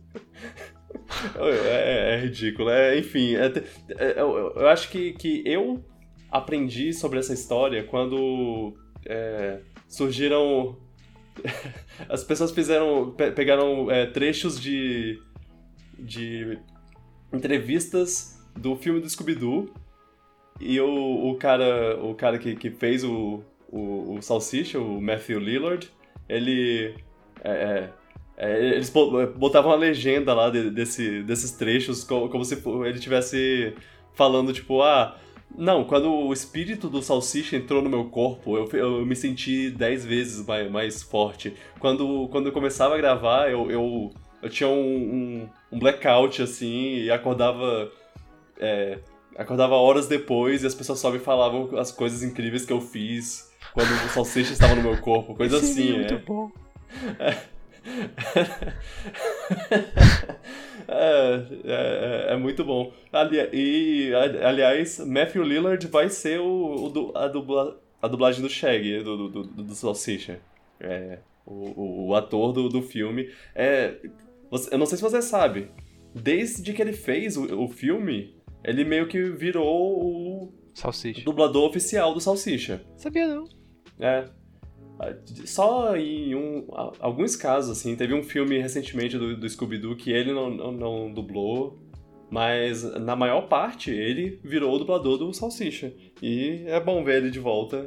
é, é ridículo, é, enfim, é, é, eu, eu acho que, que eu aprendi sobre essa história quando é, surgiram As pessoas fizeram. Pe- pegaram é, trechos de. de entrevistas do filme do Scooby-Doo. E o, o cara, o cara que, que fez o, o, o Salsicha, o Matthew Lillard, ele. É, é, eles botavam a legenda lá de, desse, desses trechos como, como se ele estivesse falando, tipo, ah. Não, quando o espírito do Salsicha entrou no meu corpo, eu, eu me senti dez vezes mais, mais forte. Quando, quando eu começava a gravar, eu, eu, eu tinha um, um, um blackout, assim, e acordava. É, acordava horas depois e as pessoas só me falavam as coisas incríveis que eu fiz quando o Salsicha estava no meu corpo, coisa Esse assim, é muito é. bom. É, é, é, é muito bom. Ali, e, aliás, Matthew Lillard vai ser o, o du- a, dubla, a dublagem do Shaggy, do, do, do, do Salsicha. É, o, o, o ator do, do filme. É, você- eu não sei se você sabe, desde que ele fez o, o filme, ele meio que virou o Salsicha. dublador oficial do Salsicha. Sabia não. É. Só em um, a- alguns casos, assim, teve um filme recentemente do, do Scooby-Doo que ele não, não, não dublou, mas na maior parte ele virou o dublador do Salsicha. E é bom ver ele de volta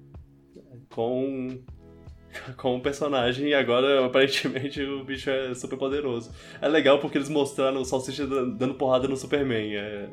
com, com o personagem, e agora aparentemente o bicho é super poderoso. É legal porque eles mostraram o Salsicha dan- dando porrada no Superman. É...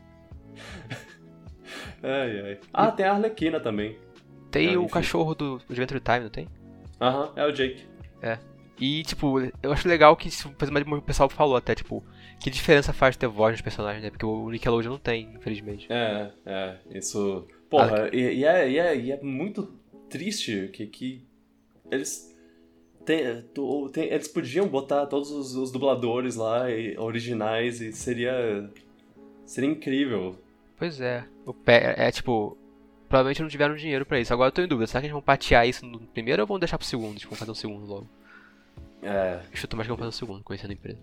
Ai, ai. Ah, tem a Arlequina também. Tem Ah, o enfim. cachorro do Adventure Time, não tem? Aham, é o Jake. E, tipo, eu acho legal que, isso, por exemplo, o pessoal falou até, tipo, que diferença faz ter voz nos personagens, né? Porque o Nickelodeon não tem, infelizmente. É, é, isso. Porra, e, e é, e, é, e é muito triste que, que eles. Tem, tu- tem- eles podiam botar todos os, os dubladores lá, e- originais, e seria. Seria incrível. Pois é. O pé é, tipo, provavelmente não tiveram dinheiro pra isso. Agora eu tô em dúvida, será que eles vão patear isso no primeiro ou vão deixar pro segundo? Tipo, vão fazer um segundo logo. É. Eu chuto mais que vão fazer um segundo, conhecendo a empresa.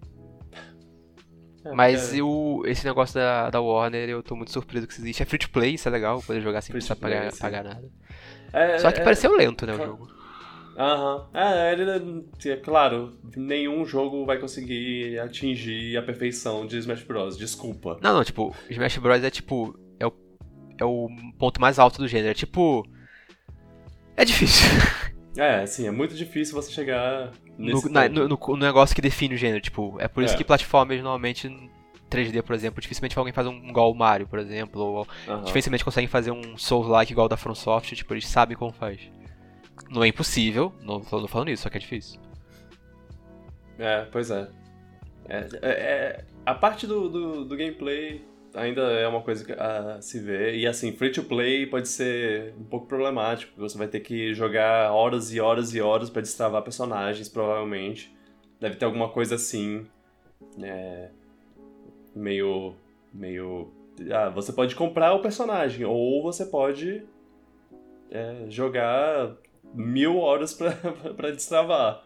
é Mas é, o, esse negócio da, da Warner, eu tô muito surpreso que isso existe. É free to play, isso é legal, poder jogar sem Free to precisar play, pagar, sim. pagar nada. é, Só que é- pareceu lento, né, o Claro. jogo. Aham. É, ele, é claro, nenhum jogo vai conseguir atingir a perfeição de Smash Bros. Desculpa. Não, não, tipo, Smash Bros é tipo. É o, é o ponto mais alto do gênero. É tipo. É difícil. É, sim, é muito difícil você chegar No, nesse na- ponto. no, no- no negócio que define o gênero. Tipo, é por isso É. que plataformas normalmente em três D, por exemplo, dificilmente alguém faz um igual o Mario, por exemplo. Ou Aham. dificilmente conseguem fazer um Souls-like igual o da From Software. Tipo, eles sabem como faz. Não é impossível, não tô não falando isso, só que é difícil. É, pois é. É, é- é- a parte do, do, do gameplay ainda é uma coisa a se ver. E assim, free to play pode ser um pouco problemático. Você vai ter que jogar horas e horas e horas pra destravar personagens, provavelmente. Deve ter alguma coisa assim. É, meio. meio. Ah, você pode comprar o personagem, ou você pode é, jogar mil horas pra, pra destravar.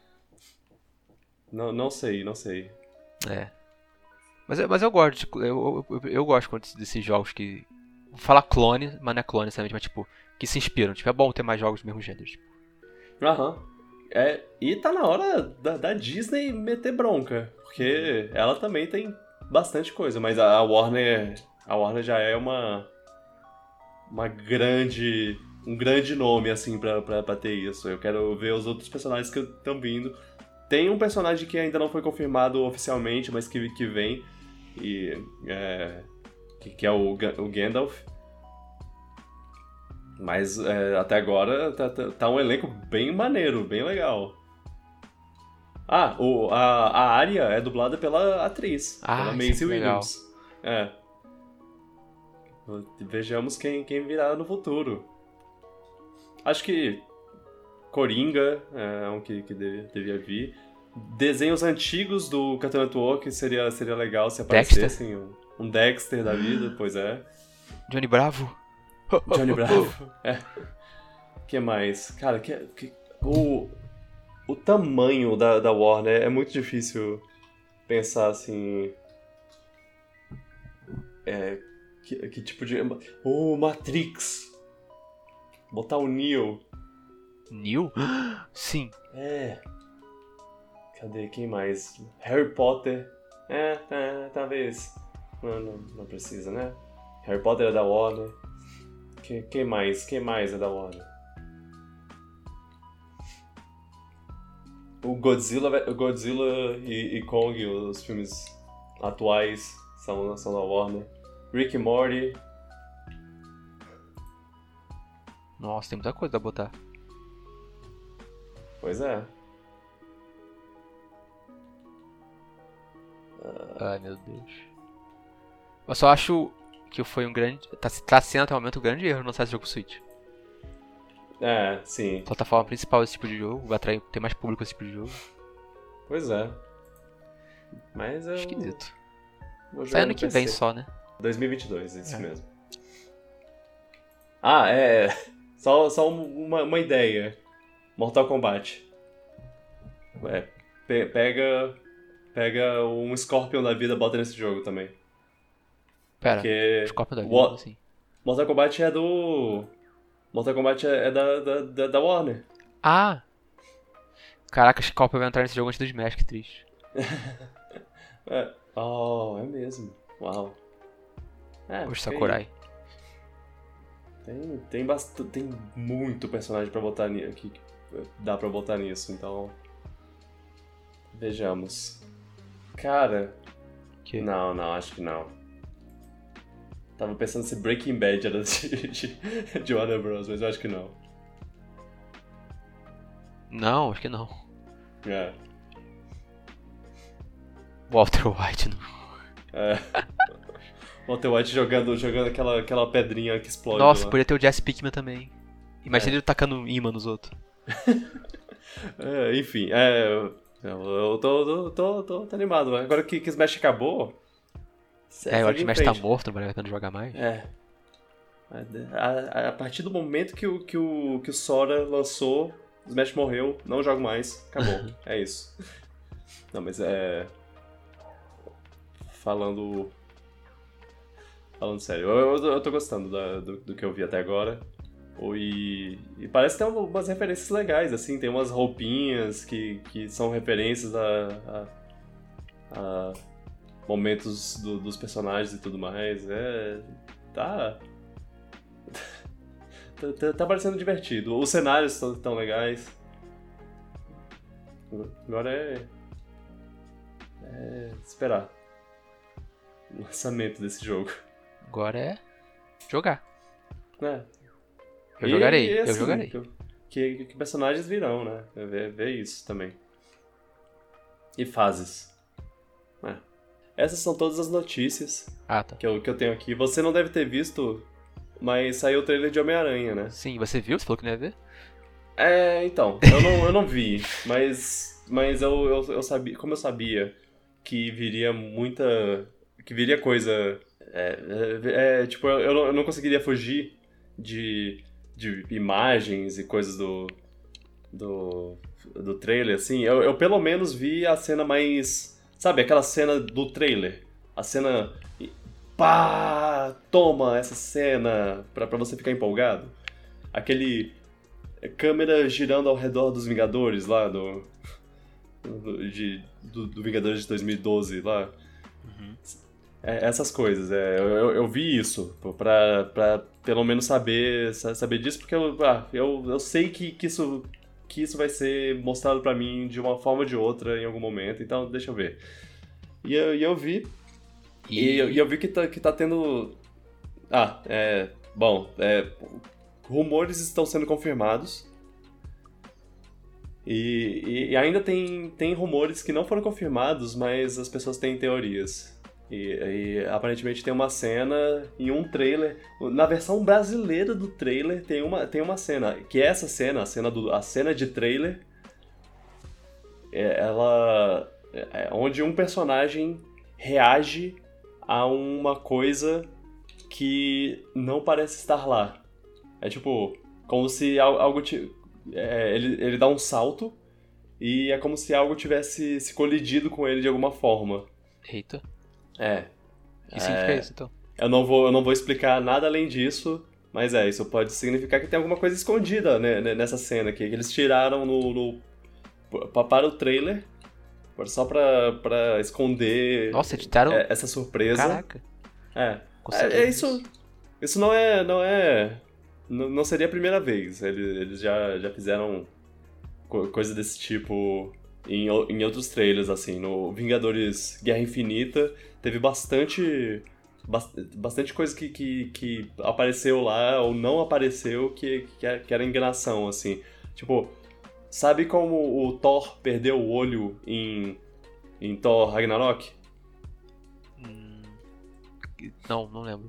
Não, não sei, não sei. É. Mas, eu- mas eu gosto, de, eu, eu, eu gosto quando desses jogos que. Vou falar clone, mas não é clone necessariamente, mas tipo, que se inspiram. Tipo, é bom ter mais jogos do mesmo gênero. Tipo. Aham. É, e tá na hora da, da Disney meter bronca, porque ela também tem bastante coisa, mas a a Warner, a Warner já é uma uma grande, um grande nome assim pra, pra, pra ter isso. Eu quero ver os outros personagens que estão vindo. Tem um personagem que ainda não foi confirmado oficialmente, mas que, que vem, e é, que, que é o, Ga- o Gandalf. Mas é, até agora tá, tá, tá um elenco bem maneiro, bem legal. Ah, o, a, a Arya é dublada pela atriz, Ah, pela isso Maisie é legal. Williams. É. Vejamos quem, quem virá no futuro. Acho que Coringa é um que, que de- devia vir. Desenhos antigos do Cartoon Network seria, seria legal se Dexter? aparecessem. Um, um Dexter da vida, pois é. Johnny Bravo? Johnny Bravo. É. Que mais? Cara, que, que- o, o tamanho da, da Warner é muito difícil pensar assim. É. Que, que tipo de. O Matrix. Botar o Neo. Neil? Sim. É. Cadê? Quem mais? Harry Potter. É, é talvez. Não, não, não precisa, né? Harry Potter é da Warner. Que, quem mais? Quem mais é da Warner? O Godzilla, o Godzilla e, e Kong, os filmes atuais, são, são da Warner. Rick e Morty. Nossa, tem muita coisa pra botar. Pois é. Ai, meu Deus. Eu só acho que foi um grande... Tá, tá sendo até o momento um grande erro lançar esse jogo pro Switch. É, sim. A plataforma principal desse tipo de jogo, vai atrair, ter mais público esse tipo de jogo. Pois é. Mas eu... Esquisito. vou jogar Sai ano no que P C. vem só, né? dois mil e vinte e dois, isso É. mesmo. Ah, é... Só, só uma, uma ideia. Mortal Kombat. É, pe- pega... Pega um Scorpion da vida e bota nesse jogo também. Pera, Porque... Scorpion da vida, Wa- assim. Mortal Kombat é do... Mortal Kombat é, é da, da, da, da Warner. Ah! Caraca, Scorpion vai entrar nesse jogo antes do Smash, que triste. É. Oh, é mesmo. Uau. É, Poxa, fica aí. Sakurai. Tem, tem, bast... tem muito personagem pra botar ni- aqui. que Dá pra botar nisso, então... Vejamos. Cara... Que? Não, não, acho que não. Tava pensando se Breaking Bad era de, de, de Warner Bros, mas eu acho que não. Não, acho que não. É. Walter White, não. É. Walter White jogando, jogando aquela, aquela pedrinha que explode Nossa, lá. podia ter o Jesse Pinkman também. Imagina É. ele tacando imã nos outros. É, enfim, é... Eu, eu tô, tô, tô, tô, tô animado. Agora que, que Smash acabou... É, agora que o segue em Smash tá frente. morto, não vale a pena jogar mais. É. A, a- a partir do momento que o, que o, que o Sora lançou, o Smash morreu, não jogo mais, acabou. É isso. Não, mas é... Falando... Falando sério, eu, eu, eu tô gostando da- do, do que eu vi até agora. O- E, e parece ter umas referências legais, assim, tem umas roupinhas que, que são referências a, a, a momentos do- dos personagens e tudo mais. É. Tá. tá, tá, tá parecendo divertido. Os cenários estão tão legais. Agora é. É. Esperar o lançamento desse jogo. Agora é jogar. É. Eu E- jogarei, e, eu assim, jogarei. Que, que, que personagens virão, né? Ver, ver isso também. E fases. É. Essas são todas as notícias Ah, tá. que eu, que eu tenho aqui. Você não deve ter visto, mas saiu o trailer de Homem-Aranha, né? Sim, você viu? Você falou que não ia ver? É, então, eu não, eu não vi, mas, mas eu, eu, eu sabia, como eu sabia que viria muita, que viria coisa, é, é, é, tipo, eu, eu não- eu não conseguiria fugir de, de imagens e coisas do, do, do trailer, assim, eu, eu pelo menos vi a cena mais, sabe, aquela cena do trailer, a cena, pá, toma essa cena pra, pra você ficar empolgado, aquele... câmera girando ao redor dos Vingadores lá, do, do, de, do, do Vingadores de dois mil e doze lá. É, essas coisas, é, eu, eu, eu vi isso, pô, pra, pra pelo menos saber, sa- saber disso, porque eu, ah, eu, eu sei que, que, isso, que isso vai ser mostrado pra mim de uma forma ou de outra em algum momento, então deixa eu ver. E eu, e eu vi, e, E, eu, e eu vi que tá, que tá tendo... Ah, é... Bom, é... rumores estão sendo confirmados. E, e- e ainda tem, tem rumores que não foram confirmados, mas as pessoas têm teorias. E, e aparentemente tem uma cena em um trailer. Na versão brasileira do trailer tem uma, tem uma cena. Que é essa cena, a cena, do, a cena de trailer. É, ela. É onde um personagem reage a uma coisa que não parece estar lá. É tipo, como se al- algo... Ti- é, ele, ele dá um salto e é como se algo tivesse se colidido com ele de alguma forma. eita. É. Que significa isso, então? Eu não vou, eu não vou explicar nada além disso, Mas é, isso pode significar que tem alguma coisa escondida, né, nessa cena aqui, que eles tiraram no, no, para o trailer, só pra, pra esconder Nossa, editaram? essa surpresa. Caraca. É, é, é isso, isso não é, não é, não, não seria a primeira vez, eles, eles já, já fizeram co- coisa desse tipo em, o- em outros trailers, assim, no Vingadores Guerra Infinita, teve bastante... Bast- Bastante coisa que, que, que apareceu lá ou não apareceu que, que, que era enganação, assim. Tipo, sabe como o Thor perdeu o olho em, em Thor Ragnarok? Hum, não, não lembro.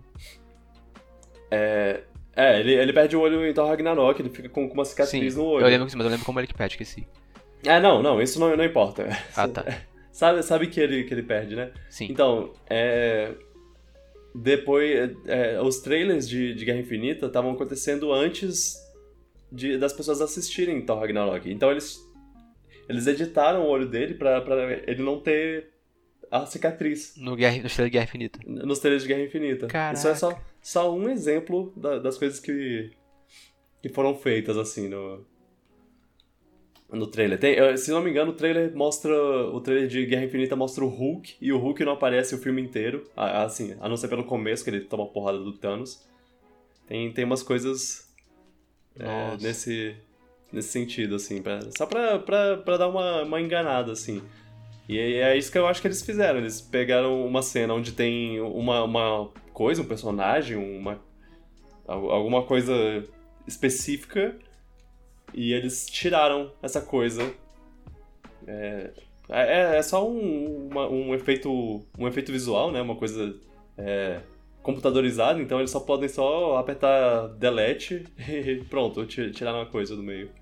É, é ele, ele perde o olho em Thor Ragnarok, ele fica com, com uma cicatriz Sim, no olho. eu lembro, mas eu lembro como ele que pede, esqueci. É, não, não, isso não, não importa. Ah, tá. Sabe, sabe que, ele, que ele perde, né? Sim. Então, é... Depois, é, os trailers de, de Guerra Infinita estavam acontecendo antes de, das pessoas assistirem Thor Ragnarok. Então eles, eles editaram o olho dele pra, pra ele não ter a cicatriz No, Guerra, no trailer de Guerra Infinita. nos trailers de Guerra Infinita. Caraca. Isso é só, só um exemplo da- das coisas que, que foram feitas, assim, no, no trailer. Tem, eu- se não me engano, o trailer mostra. O trailer de Guerra Infinita mostra o Hulk, e o Hulk não aparece o filme inteiro. a- Assim, a não ser pelo começo, que ele toma a porrada do Thanos. Tem, tem umas coisas é, Nossa. nesse, nesse sentido, assim, pra- só pra, pra, pra dar uma, uma enganada, assim. E é é isso que eu acho que eles fizeram. Eles pegaram uma cena onde tem uma, uma coisa, um personagem, uma, al- alguma coisa específica, e eles tiraram essa coisa. É, é, é só um, uma- um, efeito, um efeito visual, né? Uma coisa é, computadorizada, então eles só podem só apertar delete e pronto, ti- tiraram a coisa do meio.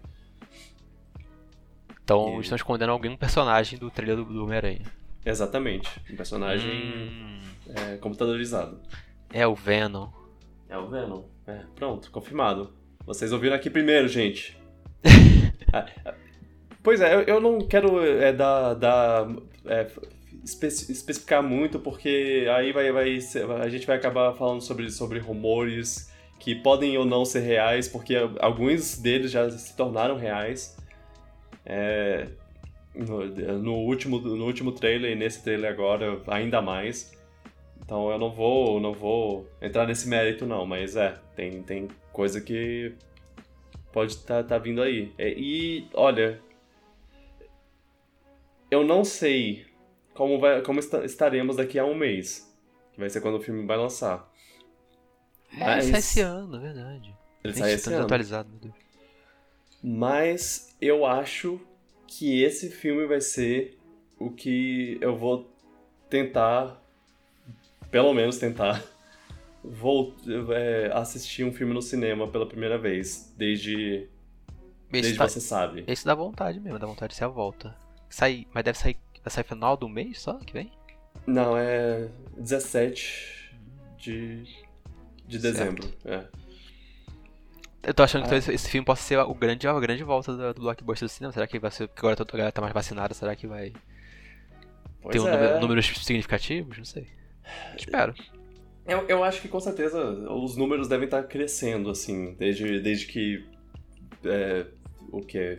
Então E- estão escondendo algum personagem do trailer do, do Homem-Aranha. Exatamente. Um personagem Hum, é, computadorizado. é o Venom. É o Venom. É, pronto, confirmado. Vocês ouviram aqui primeiro, gente. Ah, ah, pois é, eu, eu não quero é, dar, dar é, espe- especificar muito, porque aí vai, vai ser- a gente vai acabar falando sobre, sobre rumores que podem ou não ser reais, porque alguns deles já se tornaram reais. É, no, no último, no último trailer e nesse trailer agora, ainda mais. Então eu não vou, não vou entrar nesse mérito não, mas é, tem, tem coisa que pode estar tá, tá vindo aí. É, e, olha, eu não sei como, vai, como esta- estaremos daqui a um mês, que vai ser quando o filme vai lançar. É, Mas- sai esse ano, é verdade. Ele Gente, sai tá esse ano. desatualizado, meu Deus. Mas eu acho que esse filme vai ser o que eu vou tentar, pelo menos tentar, vou é, assistir um filme no cinema pela primeira vez, desde, Esse, desde tá- Você Sabe. esse dá vontade mesmo, dá vontade de ser a volta. Sai, mas deve sair, vai sair final do mês só, que vem? Não, é dezessete de, de Certo. dezembro. É. Eu tô achando que Ah. talvez esse filme possa ser o grande, a grande volta do, do blockbuster do cinema. Será que vai ser, porque agora a galera tá mais vacinada, será que vai Pois ter um é. número, números significativos? Não sei. Espero. Eu, eu acho que com certeza os números devem estar crescendo, assim, desde, desde que. É, o que?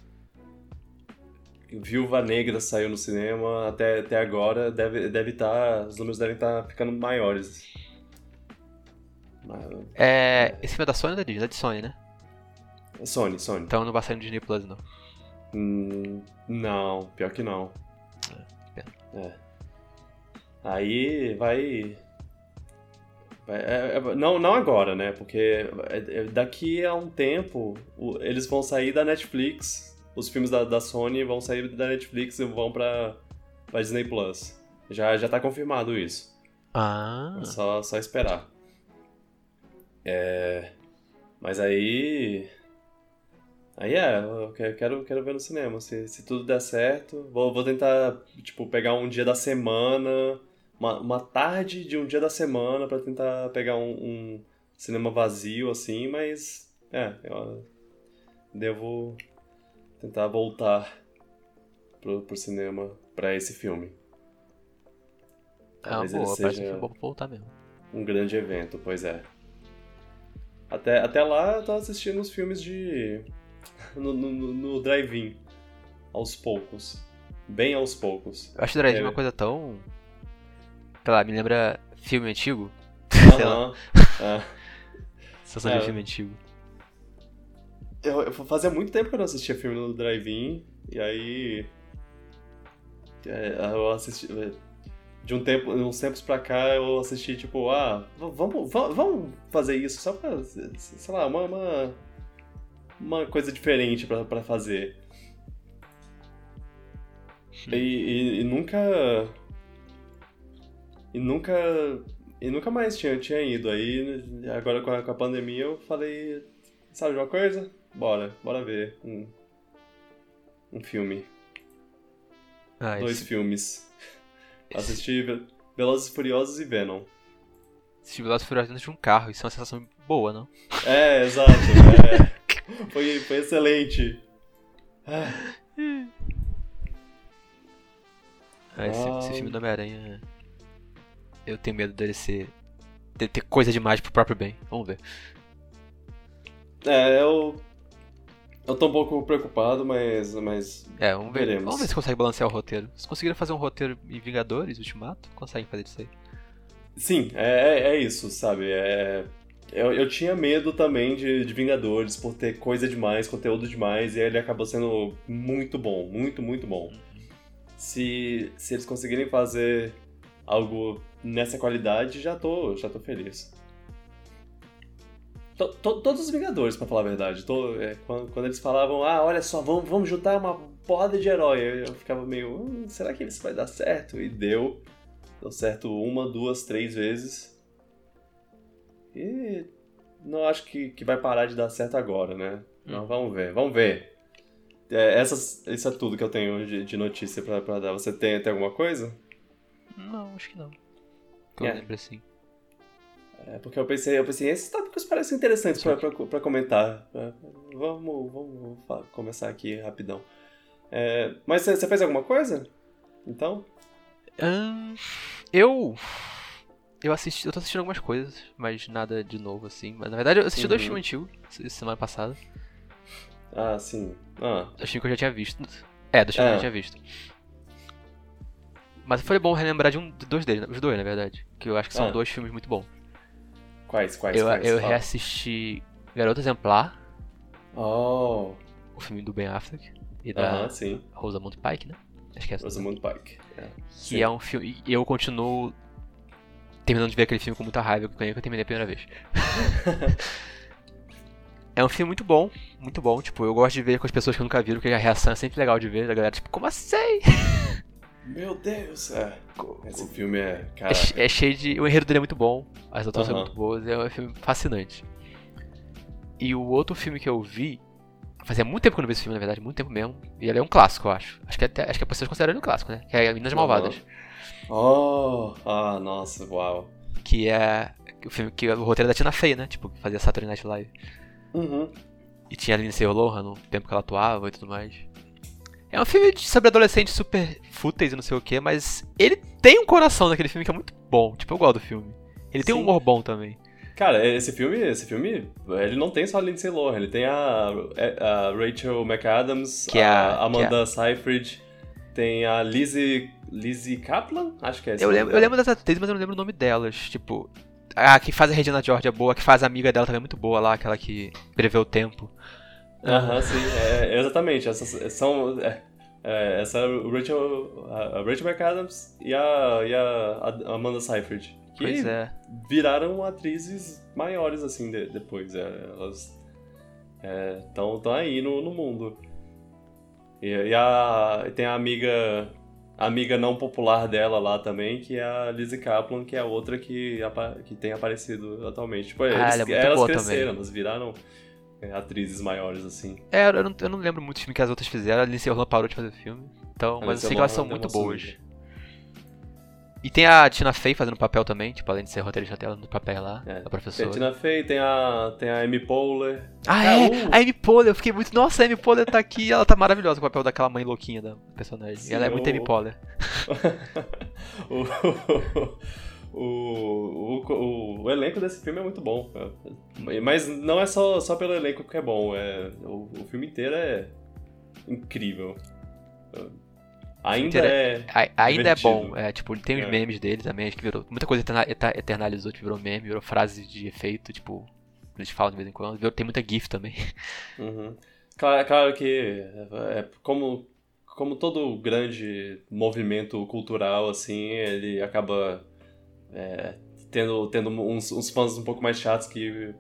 Viúva Negra saiu no cinema até, até agora, deve, deve estar. Os números devem estar ficando maiores. Mas- É, esse filme é da Sony ou da Disney? É de Sony, né? Sony, Sony. Então não vai sair no Disney Plus, não. Hum, não, pior que não. É. Aí vai. vai- é- é- não, não agora, né? Porque é- é- daqui a um tempo o- eles vão sair da Netflix. Os filmes da, da Sony vão sair da Netflix e vão pra, pra Disney Plus. Já, já tá confirmado isso. Ah, É só, só esperar. É. Mas aí. Aí é, eu que- quero, quero ver no cinema. Se, se tudo der certo, vou, vou tentar, tipo, pegar um dia da semana, uma, uma tarde de um dia da semana pra tentar pegar um, um cinema vazio, assim, mas. É, eu devo tentar voltar pro, pro cinema pra esse filme. é uma Talvez ele boa, parece um seja filme bom pra voltar mesmo. um grande evento, pois é. Até, até lá eu tô assistindo os filmes de... no, no, no drive-in. Aos poucos. Bem aos poucos. Eu acho o drive-in É. uma coisa tão... sei lá, me lembra filme antigo. Sei lá, Aham. É. sensação É. de filme antigo. Eu, eu fazia muito tempo que eu não assistia filme no drive-in, e aí... é, eu assisti... De um tempo, uns tempos pra cá eu assisti, tipo, ah, v- vamos, va- vamos fazer isso só pra, sei lá, uma, uma, uma coisa diferente pra, pra fazer. E, e- e nunca... E nunca... E nunca mais tinha, tinha ido. Aí, agora com a, com a pandemia, eu falei, sabe de uma coisa? Bora, bora ver um, um filme. Ah, Dois esse, filmes. Assisti Ve- Velozes e Furiosos e Venom. esse Velozes e Furiosos dentro de um carro, isso é uma sensação boa, não? É, exato. é. Foi, foi excelente. Ah, Ah, esse, Ah. esse filme do Homem-Aranha, eu tenho medo dele ser... ter, ter coisa demais pro próprio bem. Vamos ver. É, eu... Eu tô um pouco preocupado, mas... mas É, vamos ver. Veremos. Vamos ver se consegue balancear o roteiro. Se conseguiram fazer um roteiro em Vingadores, Ultimato, conseguem fazer isso aí. sim, é, é, é isso, sabe? É... Eu, eu tinha medo também de, de Vingadores por ter coisa demais, conteúdo demais, e ele acabou sendo muito bom, muito, muito bom. Se, se eles conseguirem fazer algo nessa qualidade, já tô, já tô feliz. To- to- todos os Vingadores, pra falar a verdade. To- é, quando, quando eles falavam, ah, olha só, vamos, vamos juntar uma porrada de herói, eu, eu ficava meio, hum, será que isso vai dar certo? E deu. Deu certo uma, duas, três vezes. E não acho que, que vai parar de dar certo agora, né? Não, vamos ver, vamos ver. É, essas, isso é tudo que eu tenho de, de notícia pra, pra dar. Você tem, tem alguma coisa? Não, acho que não. Que eu É. lembro assim. É, porque eu pensei, eu pensei, esses tópicos parecem interessantes pra, pra, pra comentar. É, vamos, vamos fa- começar aqui rapidão. É, mas você você fez alguma coisa? Então? Ahn, eu. Eu assisti. Eu tô assistindo algumas coisas, mas nada de novo assim. Mas na verdade eu assisti dois Uhum. filmes antigos se- semana passada. Ah, sim. Ah, Dois filmes que eu já tinha visto. É, dois filmes que eu É. já tinha visto. Mas foi bom relembrar de um, de dois deles, os dois na verdade. Que eu acho que são Ah. dois filmes muito bons. quais, quais, Eu, quais? eu Fala. reassisti Garota Exemplar, Oh, o filme do Ben Affleck e da aham, sim. Rosamund Pike, né? Acho que é essa. Rosamund Pike. É. Que é um filme. E eu continuo terminando de ver aquele filme com muita raiva que eu ganhei que eu terminei a primeira vez. É um filme muito bom, muito bom. Tipo, eu gosto de ver com as pessoas que nunca viram, porque a reação é sempre legal de ver. A galera, tipo, como assim? Meu Deus! É. Esse filme é. É, Caraca. che- é cheio de. O enredo dele é muito bom, as atuações são Aham. muito boas, é um filme fascinante. E o outro filme que eu vi. Fazia muito tempo que eu não vi esse filme, na verdade, muito tempo mesmo. E ele é um clássico, eu acho. Acho que, até, acho que as pessoas consideram ele um clássico, né? Que é Minas Malvadas. Oh! Ah, nossa, uau. Que é o filme que o roteiro é da Tina Fey, né? Tipo, que fazia Saturday Night Live. Uhum. E tinha a Lindsay Lohan no tempo que ela atuava e tudo mais. É um filme de- sobre adolescentes super fúteis e não sei o que, mas ele tem um coração naquele filme que é muito bom. Tipo, eu gosto do filme. Ele tem um Sim. humor bom também. Cara, esse filme, esse filme, ele não tem só a Lindsay Lohan, ele tem a, a Rachel McAdams, Que é a- a Amanda Seyfried, tem a Lizzie, Lizzie Kaplan, acho que é esse Eu nome lembro, eu dela. lembro das atrizes, mas eu não lembro o nome delas. Tipo, a que faz a Regina George é boa, a que faz a amiga dela também é muito boa lá, aquela que prevê o tempo. Aham, sim, é, exatamente, essas são, é, é, essa é a Rachel, a a Rachel McAdams e a, e a Amanda Seyfried, que Pois é. viraram atrizes maiores, assim, de- depois. É, elas estão tão aí no, no mundo. E, e a, e tem a amiga, a amiga não popular dela lá também, que é a Lizzie Kaplan, que é a outra que, apa- que tem aparecido atualmente. Tipo, eles- ela é muito elas boa cresceram, também. elas viraram é, atrizes maiores, assim. É, eu não, eu não lembro muito do filme que as outras fizeram, a Lindsay Lohan parou de fazer filme. Então, A mas eu Lindsay sei que elas Lohan são deu muito uma boas. sumida. E tem a Tina Fey fazendo papel também, tipo, além de ser roteirista dela no papel lá, É, a Tem professora. a Tina Fey, tem a, tem a Amy Poehler. Ah, Ah, é? uh! A Amy Poehler, eu fiquei muito... Nossa, a Amy Poehler tá aqui e ela tá maravilhosa com o papel daquela mãe louquinha da personagem. Sim, ela é muito o- Amy Poehler. o, o, o o, o elenco desse filme é muito bom. Mas não é só, só pelo elenco que é bom. É, o, o filme inteiro é incrível. Ainda é. A, ainda é divertido. bom. É, tipo, tem os É. memes dele também, acho que virou. Muita coisa eterna- eta- eternalizou, tipo, virou meme, virou frase de efeito, tipo, eles falam de vez em quando. Virou- tem muita GIF também. Uhum. Claro, claro que é, como, como todo grande movimento cultural, assim, ele acaba é, tendo, tendo uns, uns fãs um pouco mais chatos que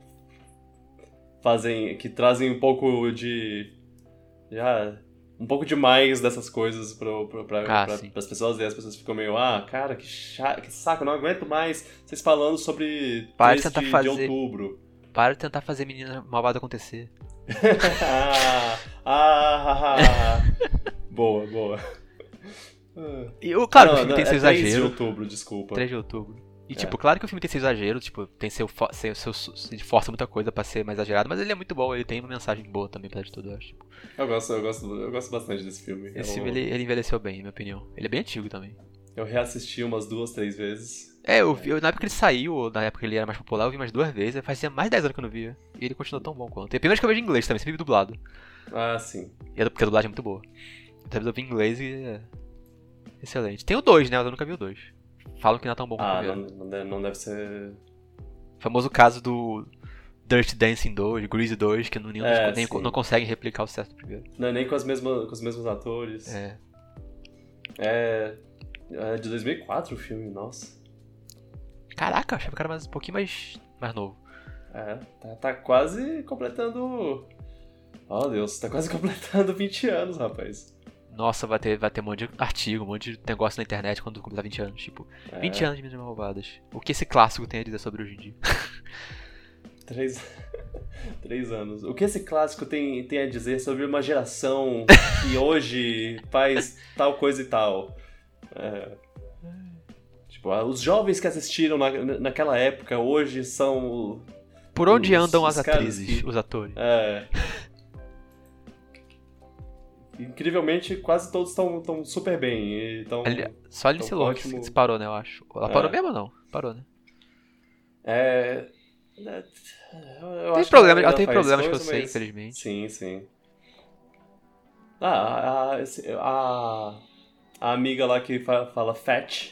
fazem, que trazem um pouco de, já, um pouco demais dessas coisas pro, pro, pra, Ah, pra, sim. pras pessoas, e as pessoas ficam meio, ah, cara, que, chato, que saco, não aguento mais vocês falando sobre Para de três tentar de, de fazer- outubro. Para de tentar fazer menina malvada acontecer. ah, ah, ah, ah. Boa, boa. E eu, claro Ah, que o filme não, tem seu é três de exagero. outubro, desculpa. três de outubro. E, É. tipo, claro que o filme tem seu exagero, tipo, tem seu, fo- seu, seu, ele força muita coisa pra ser mais exagerado, mas ele é muito bom, ele tem uma mensagem boa também, apesar de tudo, eu acho. Tipo, Eu gosto, eu gosto, eu gosto bastante desse filme. esse eu, filme, ele, ele envelheceu bem, na minha opinião. Ele é bem antigo também. eu reassisti umas duas, três vezes. É, eu, vi- eu- na época que ele saiu, ou na época que ele era mais popular, eu vi umas duas vezes, fazia mais de dez anos que eu não via. E ele continua tão bom quanto. E a primeira vez que eu vejo em inglês também, sempre vi dublado. Ah, sim. E a, porque a dublagem é muito boa. Então eu vi em inglês e é excelente. Tem o dois, né? Eu nunca vi o dois. Falam que não é tão bom quanto o Ah, primeiro. não, não deve, não deve ser... O famoso caso do Dirty Dancing dois, Greasy dois, que nenhum É, dos, nem, sim. não conseguem replicar o sucesso do primeiro. Não é nem com, as mesmas, com os mesmos atores. É. É, é de dois mil e quatro o filme, nossa. Caraca, eu achava que era mais, um pouquinho mais, mais novo. É, tá, tá quase completando... Oh, Deus, tá quase completando vinte anos, rapaz. Nossa, vai ter, vai ter um monte de artigo, um monte de negócio na internet quando completar vinte anos. Tipo, É, vinte anos de Meninas Malvadas. O que esse clássico tem a dizer sobre hoje em dia? Três... Três anos. O que esse clássico tem, tem a dizer sobre uma geração que hoje faz tal coisa e tal? É, tipo, ah, os jovens que assistiram na, naquela época hoje são... Por onde Os- andam as os caras atrizes, que- os atores? É, incrivelmente, quase todos estão super bem. E tão, Ali- só a Lindsay então, Lohan ótimo. que se parou, né, eu acho. Ela É. parou mesmo ou não? Parou, né? é, é, eu Tem acho que problemas, ainda ela tem faz problemas que eu coisa, sei, mas- infelizmente. Sim, sim. Ah, a, esse- a, a amiga lá que fa- fala fat.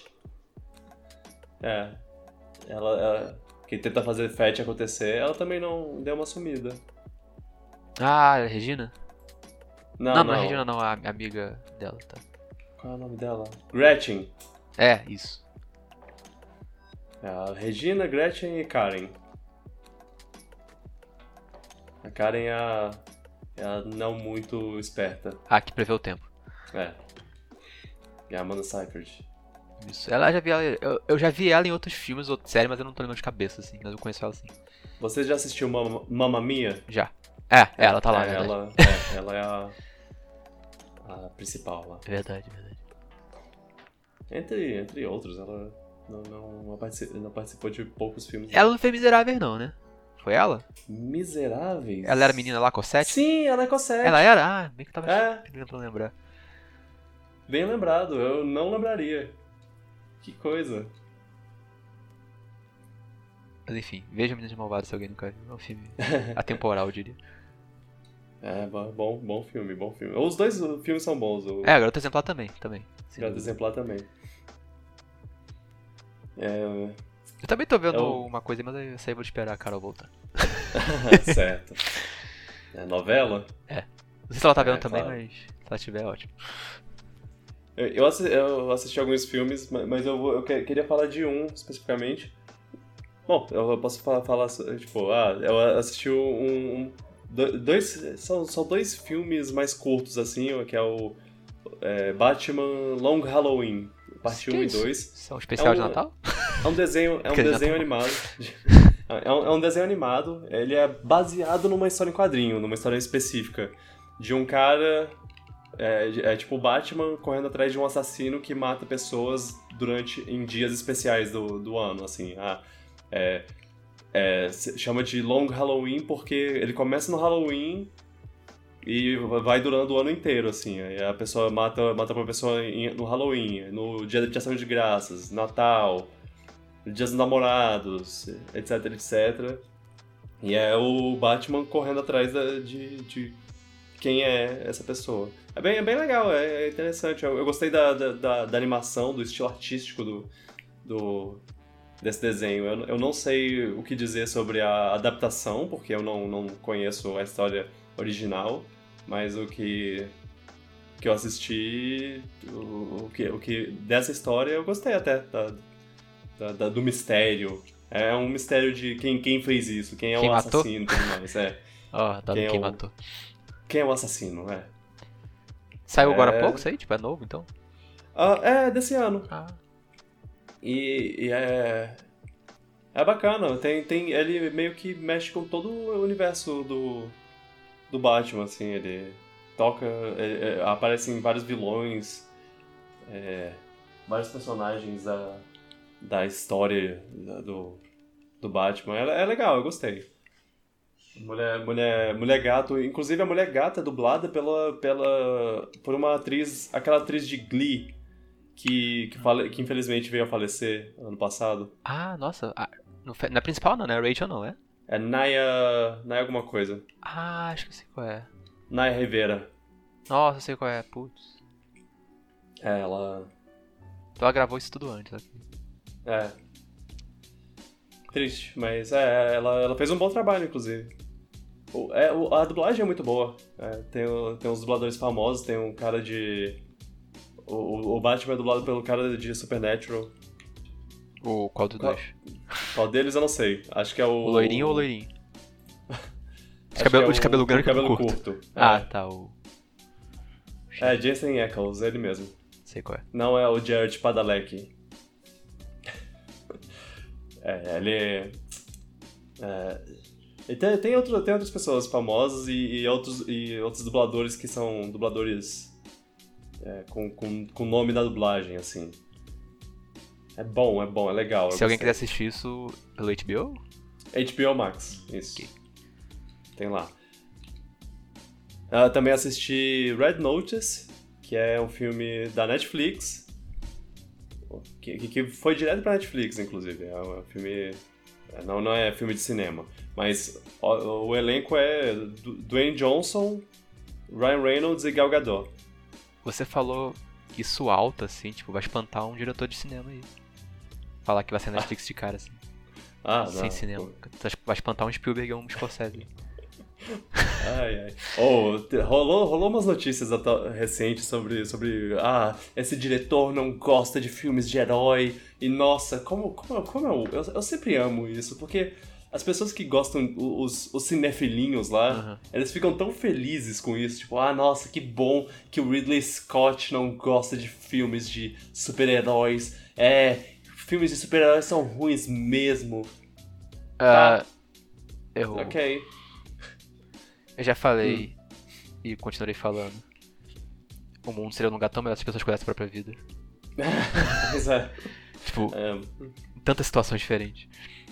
É. Ela, ela- que tenta fazer fat acontecer, ela também não deu uma sumida. Ah, a Regina? Não, Não, não. não, é Regina não, é a amiga dela, tá. Qual é o nome dela? Gretchen. É, isso. É a Regina, Gretchen e Karen. A Karen é a, é a não muito esperta. Ah, que prevê o tempo. É. É a Amanda Seyfried. Isso. Ela já vi ela, eu, eu já vi ela em outros filmes, outras séries, mas eu não tô lembrando de cabeça, assim. Mas eu conheço ela assim. Você já assistiu Mamma, Mamma Mia? Já. É, ela tá lá, É, é verdade. ela, é, ela é a, a principal lá. É verdade, é verdade. Entre, entre outros, ela não, não, não partici- não participou de poucos filmes. Ela não fez Miseráveis, não, né? Foi ela? Miseráveis? Ela era a menina lá, Cosette? Sim, ela é Cosette. Ela era? Ah, bem que eu tava É. tentando lembrar. Bem lembrado, eu não lembraria. Que coisa. Mas enfim, veja Meninas Malvadas se alguém nunca viu. É um filme atemporal, eu diria. É, bo- bom, bom filme, bom filme. Os dois filmes são bons, o É, Garota Exemplar também, também. Sem Gato dúvida. Exemplar também. É, Eu também tô vendo É o- uma coisa, mas eu sei, vou esperar a Carol voltar. certo. É novela? Não sei se ela tá É, vendo também, claro. mas se ela tiver, ótimo. Eu, eu assi- eu assisti alguns filmes, ma- mas eu, vou- eu que- queria falar de um especificamente. Bom, eu posso falar, falar tipo, ah, eu assisti um... um- do- dois, são, são dois filmes mais curtos, assim, que é o é, Batman Long Halloween, parte Que um e isso? dois. Isso é um especial É de um- Natal? É um desenho, é um Quer dizer, desenho Natal. animado. É um, é um desenho animado, ele é baseado numa história em quadrinho, numa história específica. De um cara. É, de- é tipo o Batman correndo atrás de um assassino que mata pessoas durante em dias especiais do, do ano, assim. Ah, é, é, se chama de Long Halloween porque ele começa no Halloween e vai durando o ano inteiro, assim. Aí a pessoa mata, mata uma pessoa em- no Halloween, no dia de ação de graças, Natal. Dia dos Namorados, etc, etcétera. E é o Batman correndo atrás da, de, de quem é essa pessoa. É bem, é bem legal, é, é interessante. Eu, eu gostei da, da, da, da animação, do estilo artístico do, do, desse desenho. Eu, eu não sei o que dizer sobre a adaptação, porque eu não, não conheço a história original, mas o que, que eu assisti, o, o, que, o que dessa história eu gostei até, da, da, da, do mistério. É um mistério de quem, quem fez isso, quem é Quem o matou? assassino e tudo mais. É. Ó, oh, tá Quem quem, é o- matou. Quem é o assassino, é. Saiu agora há É. pouco isso aí? Tipo, é novo, então? Ah, é, desse ano. Ah, E, e é. É bacana, tem, tem, ele meio que mexe com todo o universo do, do Batman, assim, ele toca, é, é, aparecem vários vilões, é, vários personagens da, da história da- do, do Batman, é, é legal, eu gostei. Mulher, mulher, mulher Gato, inclusive a Mulher Gata é dublada pela, pela, por uma atriz, aquela atriz de Glee, que, que, fale, que infelizmente veio a falecer ano passado. ah nossa. Ah, não, fe- não é principal não, né? A Rachel não, é? É Naya. Naya alguma coisa. Ah, acho que eu sei qual é. Naya Rivera. Nossa, eu sei qual é. Putz. É, ela. Então ela gravou isso tudo antes. Aqui. É. Triste, mas é, ela, ela fez um bom trabalho, inclusive. O- é, o- a dublagem é muito boa. É, tem, o- tem uns dubladores famosos, tem um cara de. O, o- o Batman é dublado pelo cara de Supernatural. O qual dos Qual- dois? Qual deles eu não sei. Acho que é o. O loirinho ou o loirinho? acho De cabelo, que é de o- cabelo grande o cabelo ou curto? curto. Ah, É. tá, o... É, Jensen Ackles, ele mesmo. Sei qual é. Não é o Jared Padalecki. É, ele. É, e tem, tem, outro, tem outras pessoas famosas e, e outros, e outros dubladores que são dubladores é, com, com, com nome da dublagem, assim. É bom, é bom, é legal. eu Se alguém quiser gostei. assistir isso pelo H B O, H B O Max, isso. Ok. Tem lá. Ah, também assisti Red Notice, que é um filme da Netflix, que, que- que foi direto pra Netflix, inclusive. É um filme... Não, não é filme de cinema. Mas o, o elenco é Du- Dwayne Johnson, Ryan Reynolds e Gal Gadot. você falou isso alto, assim, tipo, vai espantar um diretor de cinema aí. Falar que vai ser Netflix de cara, assim, Ah, sem não. cinema. Vai espantar um Spielberg ou um Scorsese. Ai, ai. Oh, te- rolou, rolou umas notícias atu- recentes sobre, sobre. Ah, esse diretor não gosta de filmes de herói. E nossa, como, como, como eu, eu. Eu sempre amo isso, porque as pessoas que gostam, os, os cinefilinhos lá, Aham. eles ficam tão felizes com isso. Tipo, ah, nossa, que bom que o Ridley Scott não gosta de filmes de super-heróis. É, filmes de super-heróis são ruins mesmo. Ah, eu, Ok. eu já falei e continuarei falando. O mundo seria um lugar tão melhor se as pessoas cuidassem da própria vida. Pois é. Tipo, É, em tantas situações diferentes.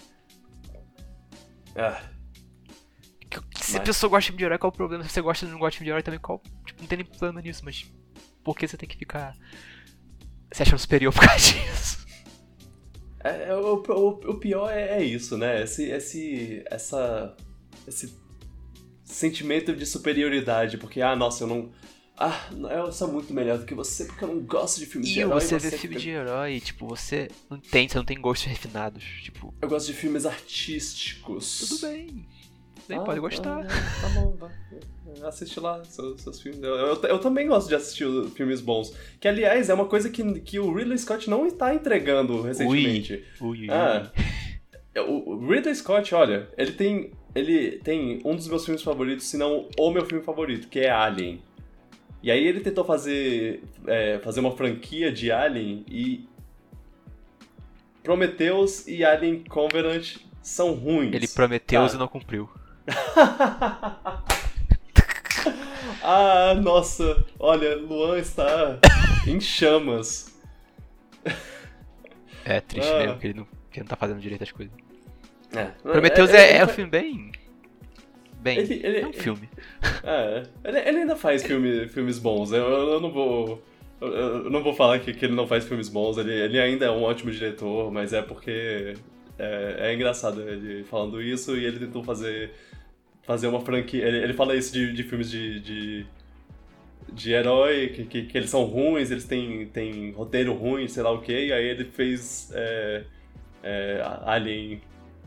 ah. Que- Se a Mas- pessoa gosta de filme de herói, qual o problema? Se você gosta ou não gosta de filme de herói também, qual... Tipo, não tem nem problema nisso, mas... Por que você tem que ficar... se achando superior por causa disso? É, é, o, o, o pior é, é isso, né? Esse, esse, essa, esse sentimento de superioridade, porque, ah, nossa, eu não... Ah, eu sou muito melhor do que você porque eu não gosto de filmes de E herói. você vê fica- filme de herói e, tipo, você não tem, você não tem gostos refinados. Tipo, Eu gosto de filmes artísticos. tudo bem. Bem, Ah, pode gostar. ah, tá bom, vai. Assiste lá seus, seus filmes. Eu, eu, eu também gosto de assistir o- filmes bons. Que, aliás, é uma coisa que, que o Ridley Scott não está entregando recentemente. Ui, ui, Ah, ui. o o Ridley Scott, olha, ele tem, ele tem um dos meus filmes favoritos, se não o meu filme favorito, que é Alien. E aí ele tentou fazer, é, fazer uma franquia de Alien e Prometheus e Alien Covenant são ruins. Ele prometeu Tá. e não cumpriu. Ah, nossa, olha, Luan está em chamas. É triste Ah. mesmo, que ele não, que ele não tá fazendo direito as coisas. É. Prometheus é, é um filme bem... Bem, Ele- ele- é um filme. É, ele, ele ainda faz filme, filmes bons, eu, eu não vou Eu, eu não vou falar que, que ele não faz filmes bons, ele, ele ainda é um ótimo diretor, mas é porque é, é engraçado ele falando isso e ele tentou fazer, fazer uma franquia. Ele, ele fala isso de, de filmes de, de, de herói, que, que, que eles são ruins, eles têm, têm roteiro ruim, sei lá o quê, e aí ele fez é, é, Alien.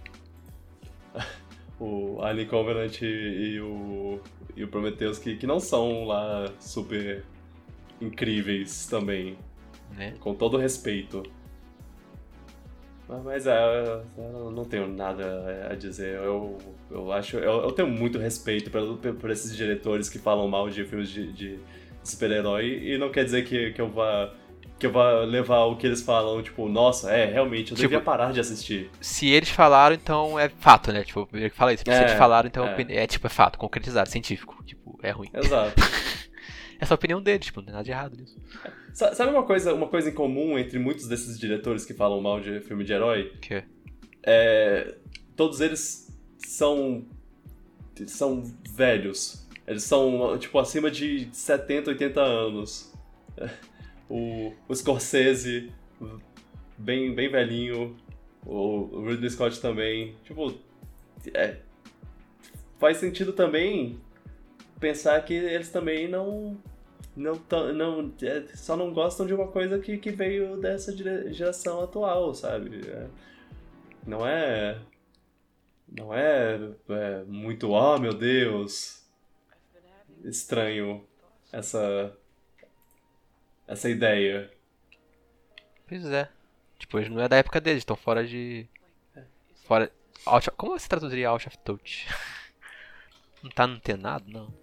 O Alien Covenant e, e o, e o Prometheus, que, que não são lá super incríveis também, Né? com todo respeito. Mas, mas é, eu não tenho nada a dizer. Eu, eu acho, eu, eu tenho muito respeito por, por esses diretores que falam mal de filmes de, de super-herói, e não quer dizer que, que eu vá que eu vá levar o que eles falam, tipo, nossa, é, realmente, eu Tipo, devia parar de assistir. Se eles falaram, então é fato, né? Tipo, eu primeiro que fala isso. Se É, eles falaram, então é. é. é tipo, é fato, concretizado, científico. Tipo, é ruim. Exato. Essa é a opinião deles, tipo, não tem nada de errado nisso. Sa- Sabe uma coisa, uma coisa em comum entre muitos desses diretores que falam mal de filme de herói? Que é? É, todos eles são são velhos. Eles são, tipo, acima de setenta, oitenta anos. O, o Scorsese, bem, bem velhinho. O, o Ridley Scott também. Tipo, é, faz sentido também pensar que eles também não... Não, tão- não, é, só não gostam de uma coisa que, que veio dessa dire- geração atual, sabe? É, não é... Não é, é muito, oh meu Deus, estranho essa, essa ideia. Pois é. Tipo, eles não é da época deles, estão fora de. Fora. Out of... Como você traduziria out of touch? Não tá antenado, não.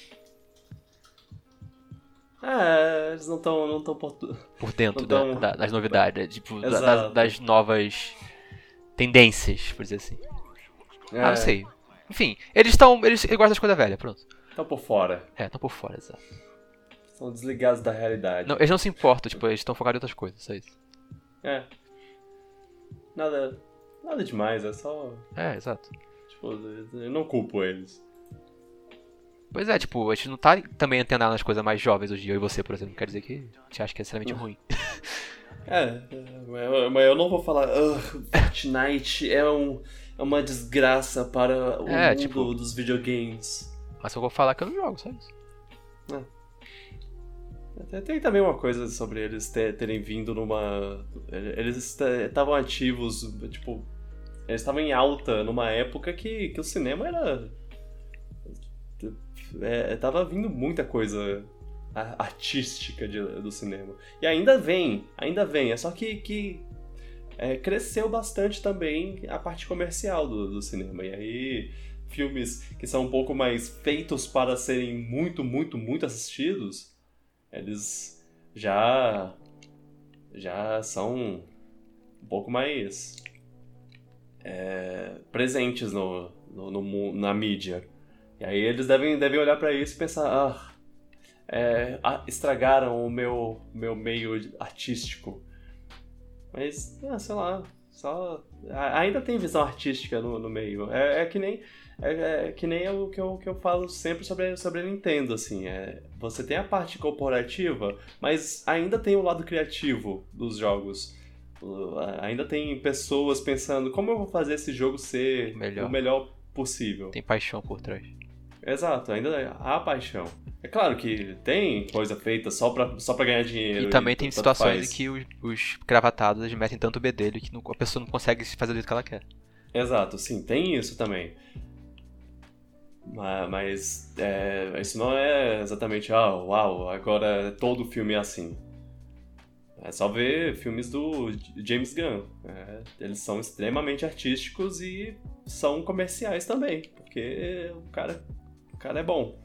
É, eles não estão não tão por, Por dentro Não da- tão- da- das novidades, né? Tipo, da- Exato. das, das novas tendências, por dizer assim. Ah, não sei. Enfim, eles estão. Eles, eles gostam das coisas velhas, pronto. Estão por fora. É, estão por fora, exato. São desligados da realidade. Não, eles não se importam, tipo, eles estão focados em outras coisas, só isso. É. Nada, nada demais, é só... É, exato. Tipo, eu não culpo eles. Pois é, tipo, a gente não tá também antenado nas coisas mais jovens hoje em dia, eu e você, por exemplo. Não quer dizer que a gente acha que é extremamente ruim. É, é, mas eu- mas eu não vou falar, "Ugh, Fortnite é, um, é uma desgraça para o É, mundo tipo- dos videogames." Mas eu vou falar que eu não jogo, só isso. Tem- Tem também uma coisa sobre eles te- terem vindo numa... Eles estavam ativos, tipo... Eles estavam em alta numa época que, que o cinema era... É, tava vindo muita coisa a- artística de- do cinema. E ainda vem, ainda vem. É só que, que é, cresceu bastante também a parte comercial do, do cinema. E aí, filmes que são um pouco mais feitos para serem muito, muito, muito assistidos, eles já, já são um pouco mais é, presentes no, no, no mu- na mídia. E aí eles devem, devem olhar pra isso e pensar, ah, é, ah, estragaram o meu, meu meio artístico. Mas, ah, sei lá, só... a- ainda tem visão artística no, no meio. É, é que nem, é, é que nem o que eu, que eu falo sempre sobre, sobre a Nintendo, assim. É, você tem a parte corporativa, mas ainda tem o lado criativo dos jogos. Uh, Ainda tem pessoas pensando, como eu vou fazer esse jogo ser Melhor. o melhor possível? Tem paixão por trás. Exato, ainda há paixão. É claro que tem coisa feita só pra, só pra ganhar dinheiro. E também tem tanto situações faz. em que os, os cravatados eles metem tanto bedelho que não- a pessoa não consegue se fazer do jeito que ela quer. Exato, sim, tem isso também. Ma- Mas é, isso não é exatamente, ah, uau, agora todo filme é assim. É só ver filmes do James Gunn. É, eles são extremamente artísticos e são comerciais também, porque o cara, o cara é bom.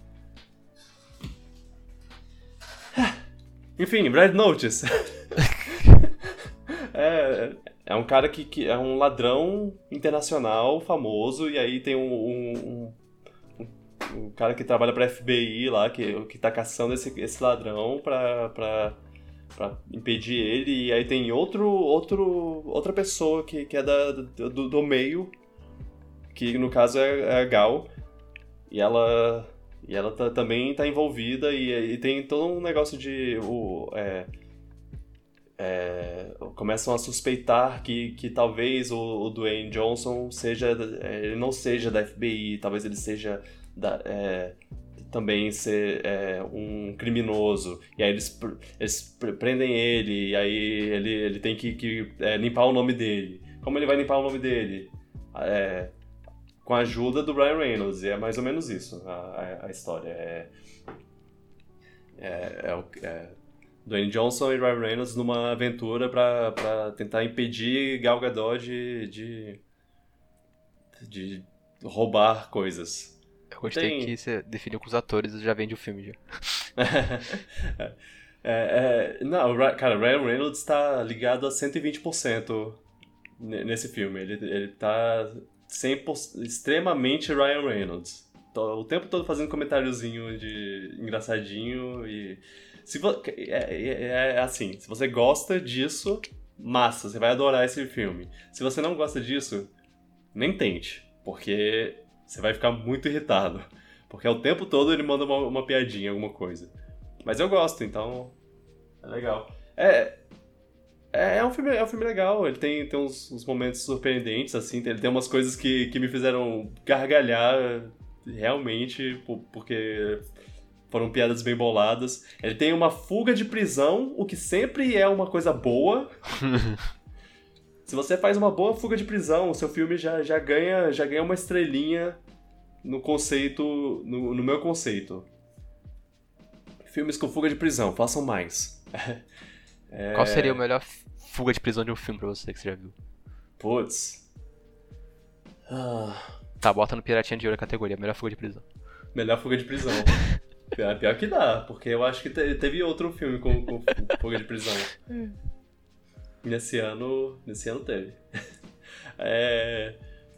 Enfim, Red Notice. é, é um cara que, que é um ladrão internacional famoso, e aí tem um, um, um, um- um cara que trabalha pra F B I lá, que, que tá caçando esse, esse ladrão pra, pra, pra impedir ele, e aí tem outro, outro, outra pessoa que, que é da, do, do meio, que no caso é, é a Gal, e ela... E ela tá, também tá envolvida e, e tem todo um negócio de... O, é, é, começam a suspeitar que, que talvez o, o Dwayne Johnson seja... Ele não seja da F B I, talvez ele seja da, é, também ser é, um criminoso. E aí eles, eles prendem ele, e aí ele, ele tem que, que é, limpar o nome dele. Como ele vai limpar o nome dele? É, com a ajuda do Ryan Reynolds, e é mais ou menos isso a, a, a história. É, é, é, o, é Dwayne Johnson e Ryan Reynolds numa aventura pra, pra tentar impedir Gal Gadot de, de, de roubar coisas. Eu gostei Tem... que você definiu com os atores e já vende o filme já. é, é, não, cara, Ryan Reynolds tá ligado a cento e vinte por cento nesse filme. Ele, ele tá cem por cento, extremamente Ryan Reynolds. Tô, o tempo todo fazendo comentáriozinho de engraçadinho e... Se vo, é, é, é assim, se você gosta disso, massa, você vai adorar esse filme. Se você não gosta disso, nem tente, porque você vai ficar muito irritado. Porque o tempo todo ele manda uma, uma piadinha, alguma coisa. Mas eu gosto, então é legal. É... É, é, um filme, é um filme legal, ele tem, tem uns, uns momentos surpreendentes, assim, ele tem umas coisas que, que me fizeram gargalhar realmente, porque foram piadas bem boladas. Ele tem uma fuga de prisão, o que sempre é uma coisa boa. Se você faz uma boa fuga de prisão, o seu filme já, já, ganha, já ganha uma estrelinha no conceito, no, no meu conceito. Filmes com fuga de prisão, façam mais. É... Qual seria o melhor fuga de prisão de um filme pra você que você já viu? Putz. Ah. Tá, bota no Piratinha de Ouro a categoria, melhor fuga de prisão. Melhor fuga de prisão. pior, pior que dá, porque eu acho que te, teve outro filme com, com fuga de prisão. Nesse ano, nesse ano teve. É...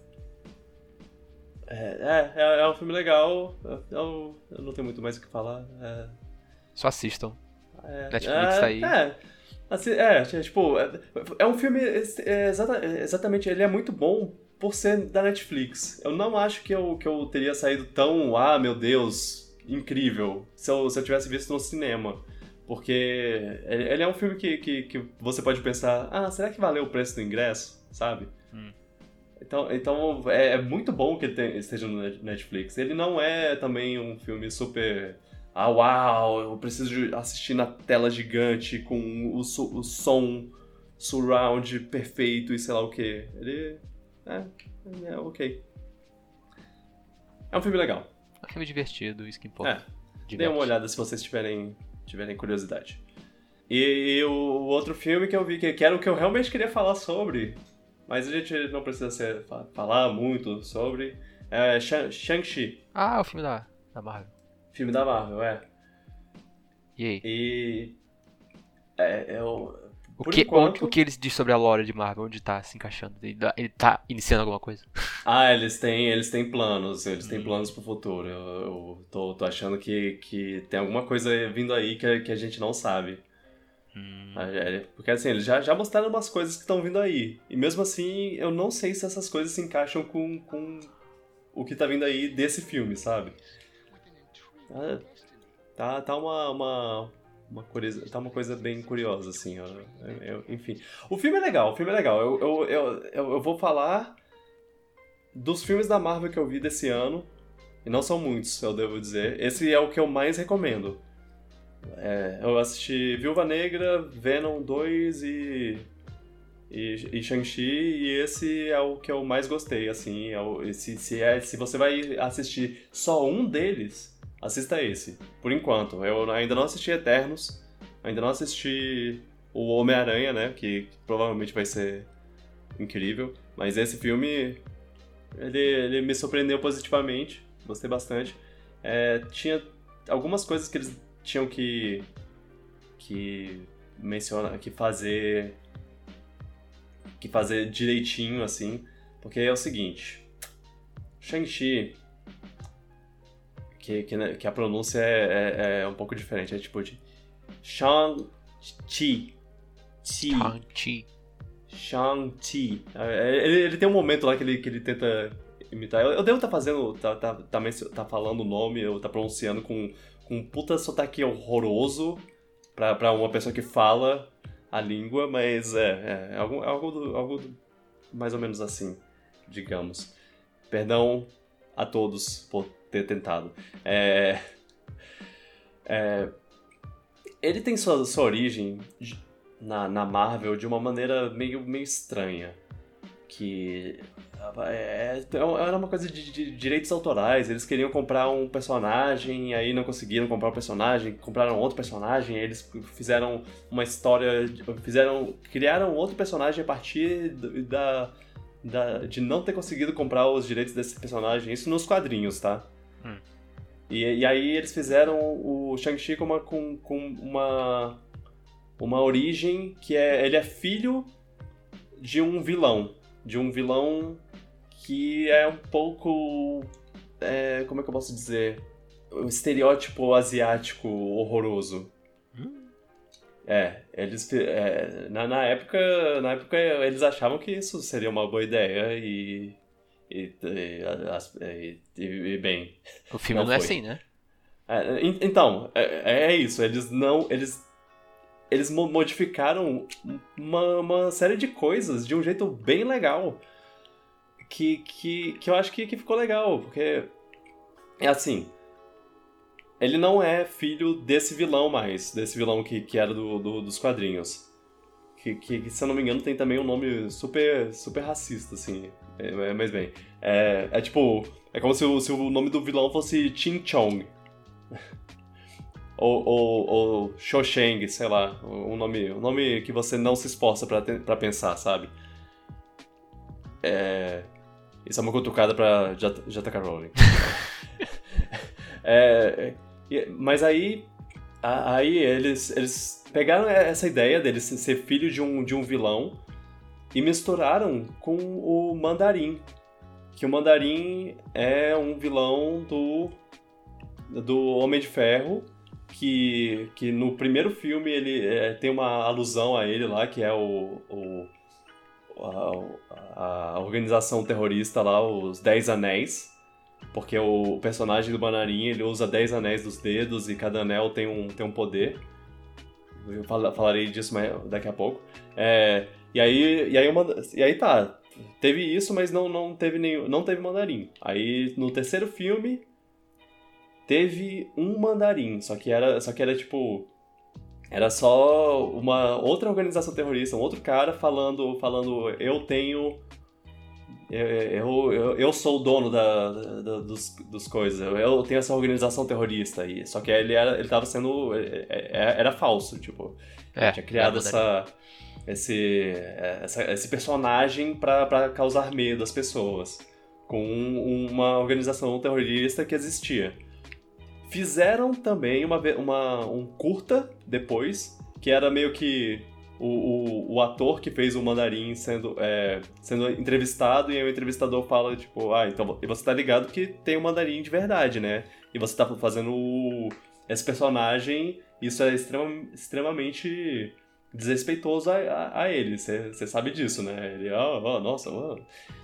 É, é, é um filme legal, eu, eu não tenho muito mais o que falar. É... Só assistam. É, Netflix é, tá aí. É, assim, é tipo, é, é um filme, é, exata, exatamente, ele é muito bom por ser da Netflix. Eu não acho que eu, que eu teria saído tão, ah, meu Deus, incrível, se eu, se eu tivesse visto no cinema. Porque ele é um filme que, que, que você pode pensar, ah, será que valeu o preço do ingresso, sabe? Hum. Então, então é, é muito bom que ele tem, esteja no Netflix. Ele não é também um filme super... Ah, uau, eu preciso assistir na tela gigante com o, o som surround perfeito e sei lá o que. Ele é, é ok. É um filme legal. É um filme divertido, isso que importa. É, dê uma olhada se vocês tiverem, tiverem curiosidade. E, e o outro filme que eu vi, que, que era o que eu realmente queria falar sobre, mas a gente não precisa ser, falar muito sobre, é Shang-Chi. Ah, o filme da, da Marvel. Filme da Marvel, é. E aí? E... É, eu... O que, enquanto... o que eles dizem sobre a lore de Marvel? Onde tá se encaixando? Ele, ele tá iniciando alguma coisa? Ah, eles têm, eles têm planos. Eles têm hum. planos pro futuro. Eu, eu tô, tô achando que, que tem alguma coisa vindo aí que, que a gente não sabe. Hum. Porque assim, eles já, já mostraram umas coisas que estão vindo aí. E mesmo assim, eu não sei se essas coisas se encaixam com, com o que tá vindo aí desse filme, sabe? Tá, tá uma, uma, uma, coisa, tá uma coisa bem curiosa, assim. Eu, eu, enfim. O filme é legal, o filme é legal. Eu, eu, eu, eu, eu vou falar dos filmes da Marvel que eu vi desse ano. E não são muitos, eu devo dizer. Esse é o que eu mais recomendo. É, eu assisti Viúva Negra, Venom dois e, e, e Shang-Chi. E esse é o que eu mais gostei, assim. É o, se, se, é, se você vai assistir só um deles... Assista esse, por enquanto. Eu ainda não assisti Eternos, ainda não assisti o Homem-Aranha, né, que provavelmente vai ser incrível. Mas esse filme, ele, ele me surpreendeu positivamente, gostei bastante. É, tinha algumas coisas que eles tinham que, que mencionar, que fazer, que fazer direitinho, assim. Porque é o seguinte, Shang-Chi... Que, que, que a pronúncia é, é, é um pouco diferente, é tipo de Shang-Chi. Shang-Chi. Shang-Chi. Ele, ele tem um momento lá que ele, que ele tenta imitar. Eu, eu devo estar tá fazendo, tá, tá, tá, tá falando o nome, ou tá pronunciando com, com um puta sotaque horroroso pra, pra uma pessoa que fala a língua, mas é, é, é, algo, é algo, do, algo do, mais ou menos assim, digamos. Perdão a todos por ter tentado. É, é, ele tem sua, sua origem na, na Marvel de uma maneira meio, meio estranha. Que é, era uma coisa de, de direitos autorais. Eles queriam comprar um personagem, aí não conseguiram comprar o um personagem, compraram outro personagem, aí eles fizeram uma história, fizeram, criaram outro personagem a partir da, da, de não ter conseguido comprar os direitos desse personagem. Isso nos quadrinhos, tá? Hum. E, e aí eles fizeram o Shang-Chi com uma, com, com uma, uma origem que é, ele é filho de um vilão. De um vilão que é um pouco... É, como é que eu posso dizer? Um estereótipo asiático horroroso. Hum. É, eles... É, na, na, época, na época eles achavam que isso seria uma boa ideia e... E, e, e, e bem... O filme não, não é assim, né? É, então, é, é isso. Eles não... Eles, Eles modificaram uma, uma série de coisas de um jeito bem legal. Que, que, que eu acho que, que ficou legal. Porque, é assim... Ele não é filho desse vilão mais. Desse vilão que, que era do, do, dos quadrinhos. Que, que, se eu não me engano, tem também um nome super, super racista, assim. É, mas bem... É, é tipo... É como se o, se o nome do vilão fosse Ching Chong. Ou, ou, ou Shosheng, sei lá, um nome, um nome que você não se esforça pra, te, pra pensar, sabe? É... Isso é uma cutucada pra J K. Rowling. é, mas aí, aí eles, eles pegaram essa ideia dele ser filho de um, de um vilão e misturaram com o Mandarim. Que o Mandarim é um vilão do, do Homem de Ferro. Que, que no primeiro filme ele é, tem uma alusão a ele lá, que é o, o a, a organização terrorista lá, os Dez Anéis, porque o personagem do Mandarim, ele usa dez anéis dos dedos e cada anel tem um, tem um poder. Eu fal, falarei disso mais, daqui a pouco. É, e, aí, e, aí uma, e aí tá, teve isso, mas não, não, teve nenhum, não teve Mandarim. Aí no terceiro filme... Teve um mandarim, só que era, só que era tipo... Era só uma outra organização terrorista, um outro cara falando, falando eu tenho... Eu, eu, eu sou o dono da, da, dos, dos coisas, eu tenho essa organização terrorista. E, só que ele, era, ele tava sendo... Era, era falso, tipo... É, ele tinha criado essa, esse, essa, esse personagem pra, pra causar medo às pessoas. Com uma organização terrorista que existia. Fizeram também uma, uma, um curta depois, que era meio que o, o, o ator que fez o Mandarim sendo, é, sendo entrevistado, e aí o entrevistador fala, tipo, ah, então e você tá ligado que tem o Mandarim de verdade, né? E você tá fazendo o, esse personagem, isso é extrema, extremamente desrespeitoso a, a, a ele, você sabe disso, né? Ele, oh, oh nossa, oh.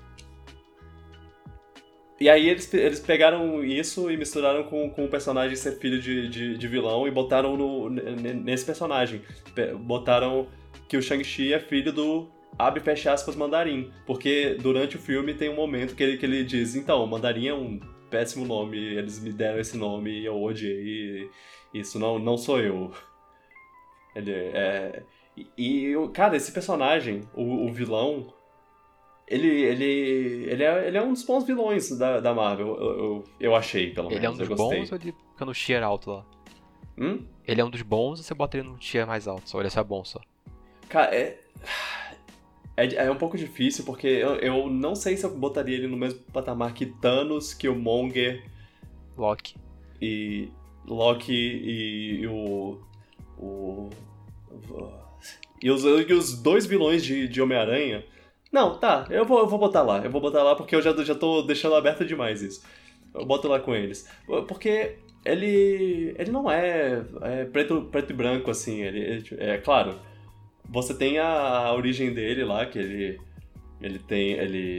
E aí eles, eles pegaram isso e misturaram com, com o personagem ser filho de, de, de vilão e botaram no, nesse personagem. Botaram que o Shang-Chi é filho do, abre e fecha aspas, Mandarim. Porque durante o filme tem um momento que ele, que ele diz, então, Mandarim é um péssimo nome, eles me deram esse nome e eu odiei, e isso não, não sou eu. Ele é... E, e cara, esse personagem, o, o vilão... Ele, ele, ele, é, ele é um dos bons vilões da, da Marvel, eu, eu, eu achei, pelo menos. Ele é um dos bons ou ele fica no tier alto lá? Hum? Ele é um dos bons ou você bota ele no tier mais alto só? Ele é só bom só? Cara, é, é, é um pouco difícil, porque eu, eu não sei se eu botaria ele no mesmo patamar que Thanos, Killmonger... Loki. E... Loki e, e o... o... E os, e os dois vilões de, de Homem-Aranha... Não, tá, eu vou, eu vou botar lá. Eu vou botar lá porque eu já, já tô deixando aberto demais isso. Eu boto lá com eles. Porque ele ele não é, é preto, preto e branco, assim. Ele, ele, é claro, você tem a, a origem dele lá, que ele, ele tem... Ele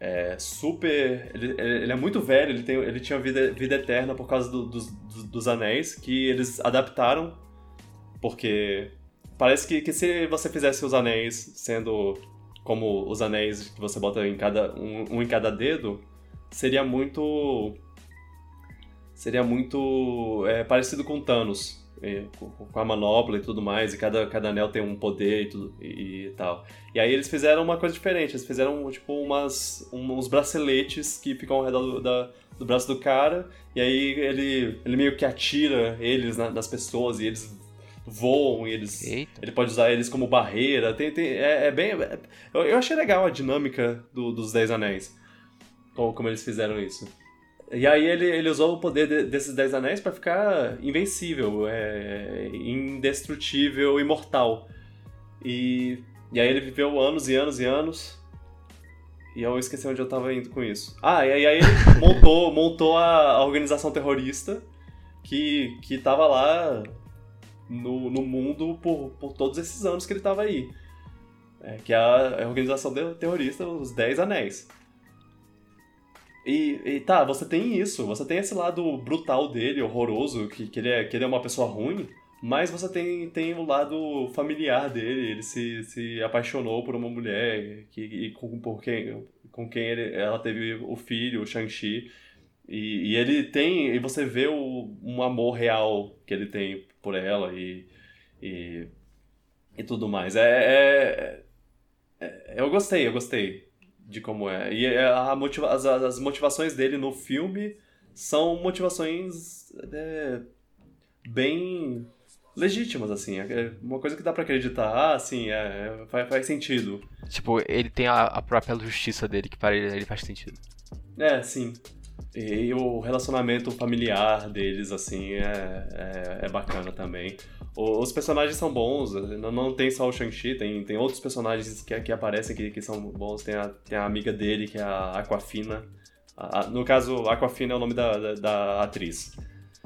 é super... Ele, ele é muito velho, ele, tem, ele tinha vida, vida eterna por causa do, dos, dos anéis, que eles adaptaram, porque parece que, que se você fizesse os anéis sendo como os anéis que você bota em cada, um, um em cada dedo, seria muito... Seria muito é, parecido com Thanos, e, com a manopla e tudo mais, e cada, cada anel tem um poder e, tudo, e, e tal. E aí eles fizeram uma coisa diferente, eles fizeram tipo umas, uns braceletes que ficam ao redor do, da, do braço do cara, e aí ele, ele meio que atira eles na, nas pessoas, e eles voam, e eles, ele pode usar eles como barreira. Tem, tem, é, é bem... É, eu, eu achei legal a dinâmica do, dos Dez Anéis, como, como eles fizeram isso. E aí ele, ele usou o poder de, desses Dez Anéis pra ficar invencível, é, indestrutível, imortal. E, e aí ele viveu anos e anos e anos. E eu esqueci onde eu tava indo com isso. Ah, e aí, aí ele montou, montou a, a organização terrorista que, que tava lá no, no mundo por, por todos esses anos que ele tava aí. É, que é a, a organização terrorista, os Dez Anéis. E, e tá, você tem isso, você tem esse lado brutal dele, horroroso, que, que, ele, é, que ele é uma pessoa ruim, mas você tem, tem o lado familiar dele, ele se, se apaixonou por uma mulher que, e com, por quem, com quem ele, ela teve o filho, o Shang-Chi, e, e ele tem, e você vê o, um amor real que ele tem por ela e, e, e tudo mais. É, é, é, eu gostei, eu gostei de como é. E a motiva- as, as motivações dele no filme são motivações é, bem legítimas, assim. É uma coisa que dá pra acreditar. Ah, sim, é, faz, faz sentido. Tipo, ele tem a, a própria justiça dele, que para ele, ele faz sentido. É, sim. E, e o relacionamento familiar deles, assim, é, é, é bacana também. O, os personagens são bons, não, não tem só o Shang-Chi, tem, tem outros personagens que, que aparecem que, que são bons. Tem a, tem a amiga dele, que é a Aquafina. A, a, no caso, Aquafina é o nome da, da, da atriz.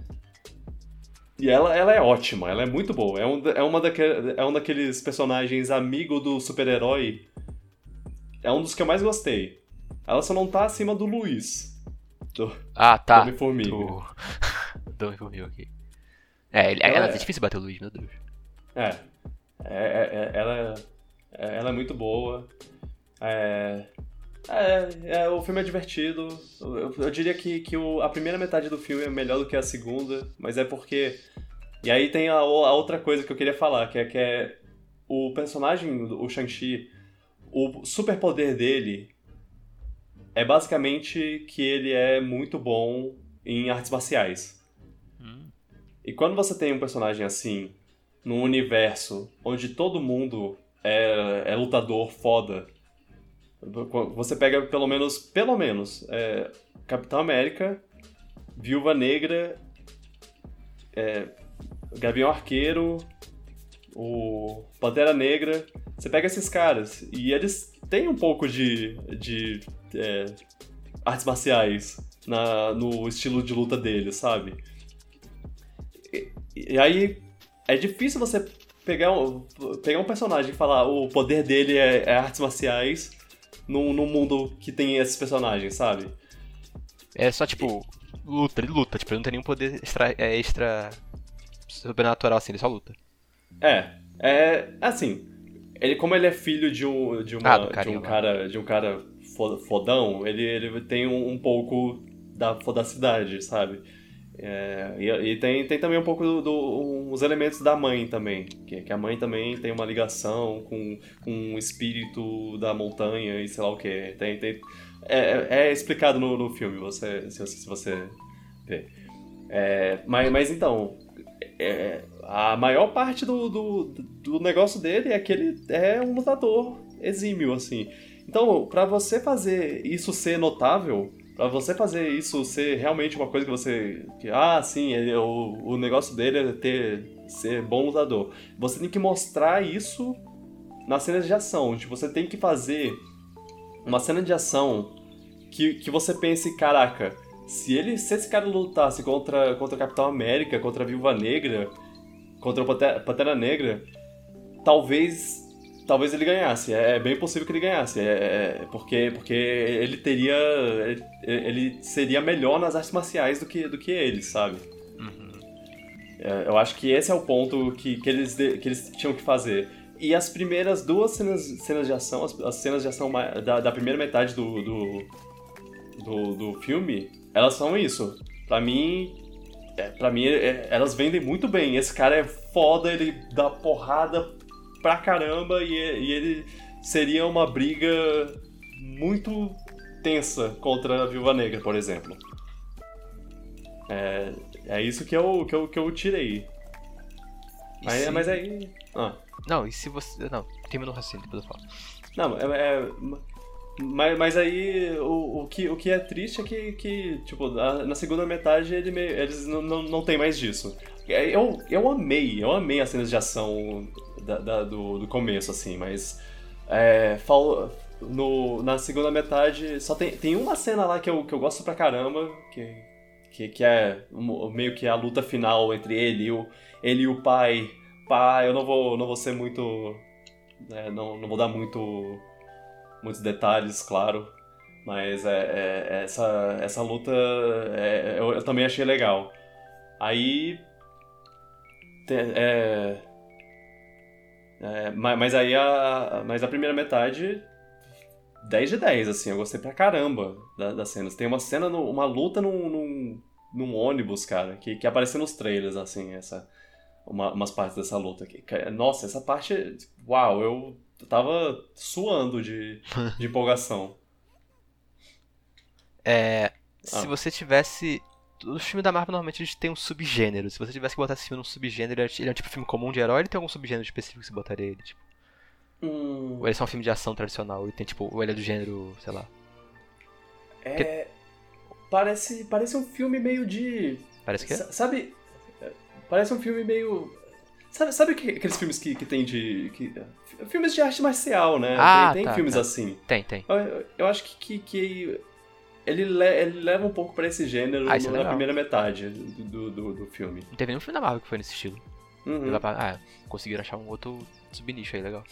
E ela, ela é ótima, ela é muito boa. É um, é, uma daque, é um daqueles personagens amigo do super-herói. É um dos que eu mais gostei. Ela só não tá acima do Luiz. Do, Ah, tá. do Homem-Formiga. Do... do Homem-Formiga, ok. É, ele, Ela ela é- é difícil bater o Luiz, meu Deus. É. É, é- é- ela, é, ela é muito boa. É, é, é, o filme é divertido. Eu, eu- eu diria que, que o- a primeira metade do filme é melhor do que a segunda, mas é porque... E aí tem a, o- a outra coisa que eu queria falar, que é que é o personagem, o Shang-Chi, o superpoder dele é basicamente que ele é muito bom em artes marciais. E quando você tem um personagem assim, num universo onde todo mundo é, é lutador foda, você pega pelo menos, pelo menos, é, Capitão América, Viúva Negra, é, Gavião Arqueiro, o Pantera Negra, você pega esses caras e eles têm um pouco de, de é, artes marciais na, no estilo de luta deles, sabe? E, e aí é difícil você pegar um, pegar um personagem e falar o poder dele é, é artes marciais num, num mundo que tem esses personagens, sabe? É só, tipo, luta, ele luta, tipo, ele não tem nenhum poder extra, é, extra sobrenatural, assim, ele só luta. É, é assim, ele como ele é filho de um de, uma, Ah, do de carinha um lá. cara de um cara fo- fodão, ele, ele tem um, um pouco da fodacidade, sabe? É, e e tem, tem também um pouco dos do, os elementos da mãe também, que, que a mãe também tem uma ligação com, com o espírito da montanha e sei lá o que. Tem, tem, é, é explicado no, no filme, você, se, você- se você ver. É, mas, mas então, é, a maior parte do, do, do negócio dele é que ele é um lutador exímio, assim. Então, pra você fazer isso ser notável, pra você fazer isso ser realmente uma coisa que você... Que, ah, sim, ele, o, o negócio dele é ter, ser bom lutador. Você tem que mostrar isso nas cenas de ação. Tipo, você tem que fazer uma cena de ação que, que você pense, caraca, se, ele, se esse cara lutasse contra, contra o Capitão América, contra a Viúva Negra, contra o Pantera, Pantera Negra, talvez talvez ele ganhasse. É, é bem possível que ele ganhasse. É, é, porque, porque ele teria. Ele, ele seria melhor nas artes marciais do que, do que ele, sabe? Uhum. É, eu acho que esse é o ponto que, que, eles, que eles tinham que fazer. E as primeiras duas cenas, cenas de ação, as, as cenas de ação da, da primeira metade do, do, do, do filme, elas são isso. Pra mim, é, pra mim é, elas vendem muito bem. Esse cara é foda, ele dá porrada pra caramba e, e ele seria uma briga muito tensa contra a Viúva Negra, por exemplo. É, é isso que eu, que eu, que eu tirei. Mas, se... mas aí... Ah. Não, e se você... Não, termina o raciocínio, depois eu falo. Não, é... é mas, mas aí o, o, que, o que é triste é que, que tipo, na, na segunda metade ele meio, eles não, não, não tem mais disso. Eu, eu amei, eu amei as cenas de ação da, da, do, do começo, assim, mas... É, fal, no, na segunda metade só tem, tem uma cena lá que eu, que eu gosto pra caramba, que, que, que é meio que a luta final entre ele e o, ele e o pai. Pá, eu não vou, não vou ser muito... É, não, não vou dar muito, muitos detalhes, claro. Mas é, é, essa, essa luta é, eu, eu também achei legal. Aí... É, é, mas aí a, mas a primeira metade... dez de dez, assim. Eu gostei pra caramba das, das cenas. Tem uma cena, no, uma luta num, num, num ônibus, cara, que, que apareceu nos trailers, assim, essa... Uma, umas partes dessa luta aqui. Nossa, essa parte... Uau, eu tava suando de, de empolgação. É... Se Ah. você tivesse... Os filmes da Marvel, normalmente, eles têm um subgênero. Se você tivesse que botar esse filme num subgênero, ele é um tipo de filme comum de herói, ou ele tem algum subgênero específico que você botaria ele, tipo? Hum... Ou ele é só um filme de ação tradicional, ele tem, tipo... Ou ele é do gênero, sei lá... É... Que... Parece, parece um filme meio de... Parece que é? Sabe... Parece um filme meio... Sabe, sabe aqueles filmes que, que tem de... Que, filmes de arte marcial, né? Ah, tem tem tá, filmes tá. assim. Tem, tem. Eu, eu acho que, que, que ele, le, ele leva um pouco pra esse gênero Ah, isso no, é na legal. primeira metade do, do, do filme. Não teve nenhum filme da Marvel que foi nesse estilo. Uhum. Pra... Ah, conseguiram achar um outro subnicho aí, legal.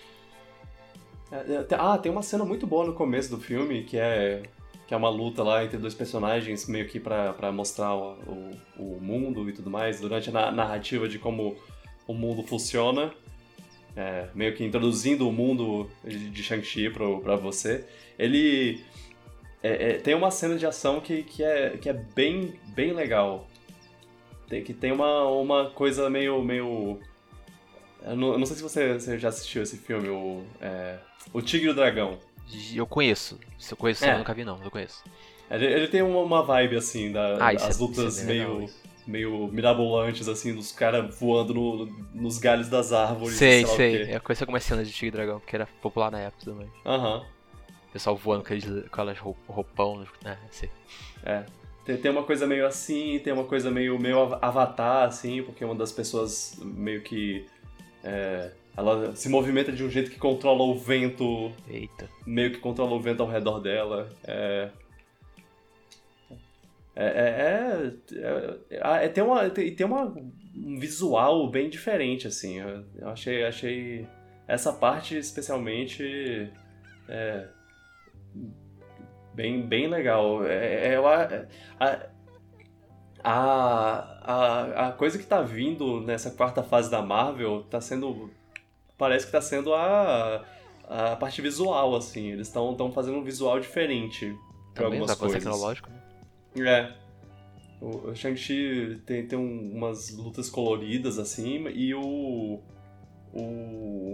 Ah, tem uma cena muito boa no começo do filme, que é... que é uma luta lá entre dois personagens, meio que pra, pra mostrar o, o, o mundo e tudo mais, durante a narrativa de como o mundo funciona, é, meio que introduzindo o mundo de, de Shang-Chi pra, pra você. Ele é, é, tem uma cena de ação que, que, é, que é bem, bem legal. Tem, que tem uma, uma coisa meio... meio eu, não, eu não sei se você, você já assistiu esse filme, o, é, o Tigre e o Dragão. Eu conheço. Se eu conheço, É. eu nunca vi não, eu conheço. Ele, ele tem uma, uma vibe, assim, da, Ah, isso as é- lutas isso é bem legal, meio, isso. meio mirabolantes, assim, dos caras voando no- nos galhos das árvores. Sei, lá o sei. quê. Eu conheço algumas cenas de Tigre e Dragão, porque era popular na época também. Aham, O pessoal voando com, aqueles, com aquelas roup- roupão, né? Sei. é. Tem, tem uma coisa meio assim, tem uma coisa meio, meio Avatar, assim, porque uma das pessoas meio que... é, ela se movimenta de um jeito que controla o vento, Eita. meio que controla o vento ao redor dela. É... É, é, é, é, é tem, uma, tem, tem uma, um visual bem diferente, assim. Eu, eu achei, achei essa parte especialmente é, bem, bem legal. É, é, a, a, a, a coisa que tá vindo nessa quarta fase da Marvel tá sendo... Parece que tá sendo a, a parte visual, assim. Eles estão fazendo um visual diferente pra Também algumas os avanços coisas. tecnológicos, né? É. O Shang-Chi tem, tem um- umas lutas coloridas assim, e o. O.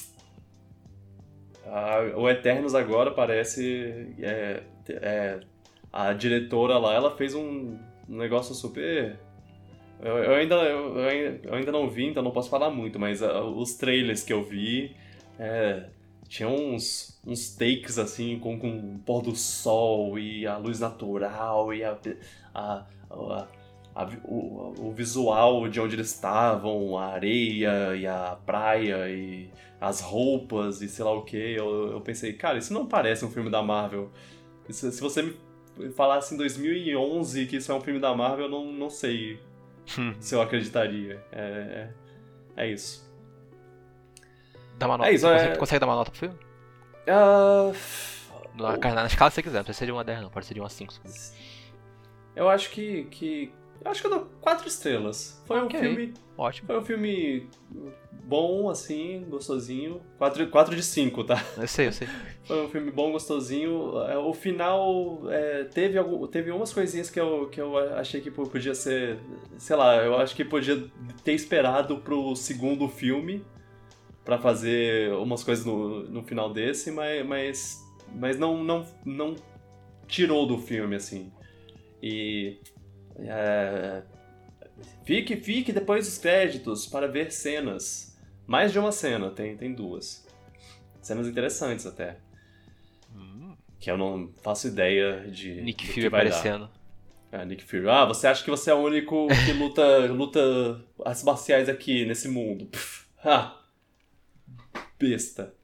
a- o Eternos agora parece. É, é, a diretora lá, ela fez um, um negócio super. Eu, eu ainda, eu, eu ainda- eu ainda não vi, então não posso falar muito, mas ah, os trailers que eu vi. É, tinha uns, uns takes assim, com, com o pôr do sol e a luz natural e a, a, a- a- o, o visual de onde eles estavam, a areia e a praia e as roupas e sei lá o que. Eu, eu pensei, cara, isso não parece um filme da Marvel. Isso- se você me falasse em dois mil e onze que isso é um filme da Marvel, eu não, não sei se eu acreditaria. É, é, é isso. Dá uma nota. É isso, Você é- consegue, consegue dar uma nota pro filme? Ah, Na, na escala que você quiser, não precisa ser de uma dez não, pode ser de uma cinco. eu acho que, que. Eu acho que eu dou quatro estrelas. Foi Ok. um filme. Ótimo. Foi um filme bom, assim, gostosinho. quatro, quatro de cinco, tá? Eu sei, eu sei. Foi um filme bom, gostosinho. É, O final é, teve, algum, teve umas coisinhas que eu, que eu achei que pô, podia ser. Sei lá, eu acho que podia ter esperado pro segundo filme pra fazer umas coisas no, no final desse, mas, mas, mas não, não, não tirou do filme, assim. E. É, fique, fique depois dos créditos para ver cenas. Mais de uma cena, tem, tem duas. Cenas interessantes até. Hum, Que eu não faço ideia de. Nick do Fury que vai dar. aparecendo. É, Nick Fury. Ah, você acha que você é o único que luta, luta artes marciais aqui nesse mundo? Pff, ah, besta.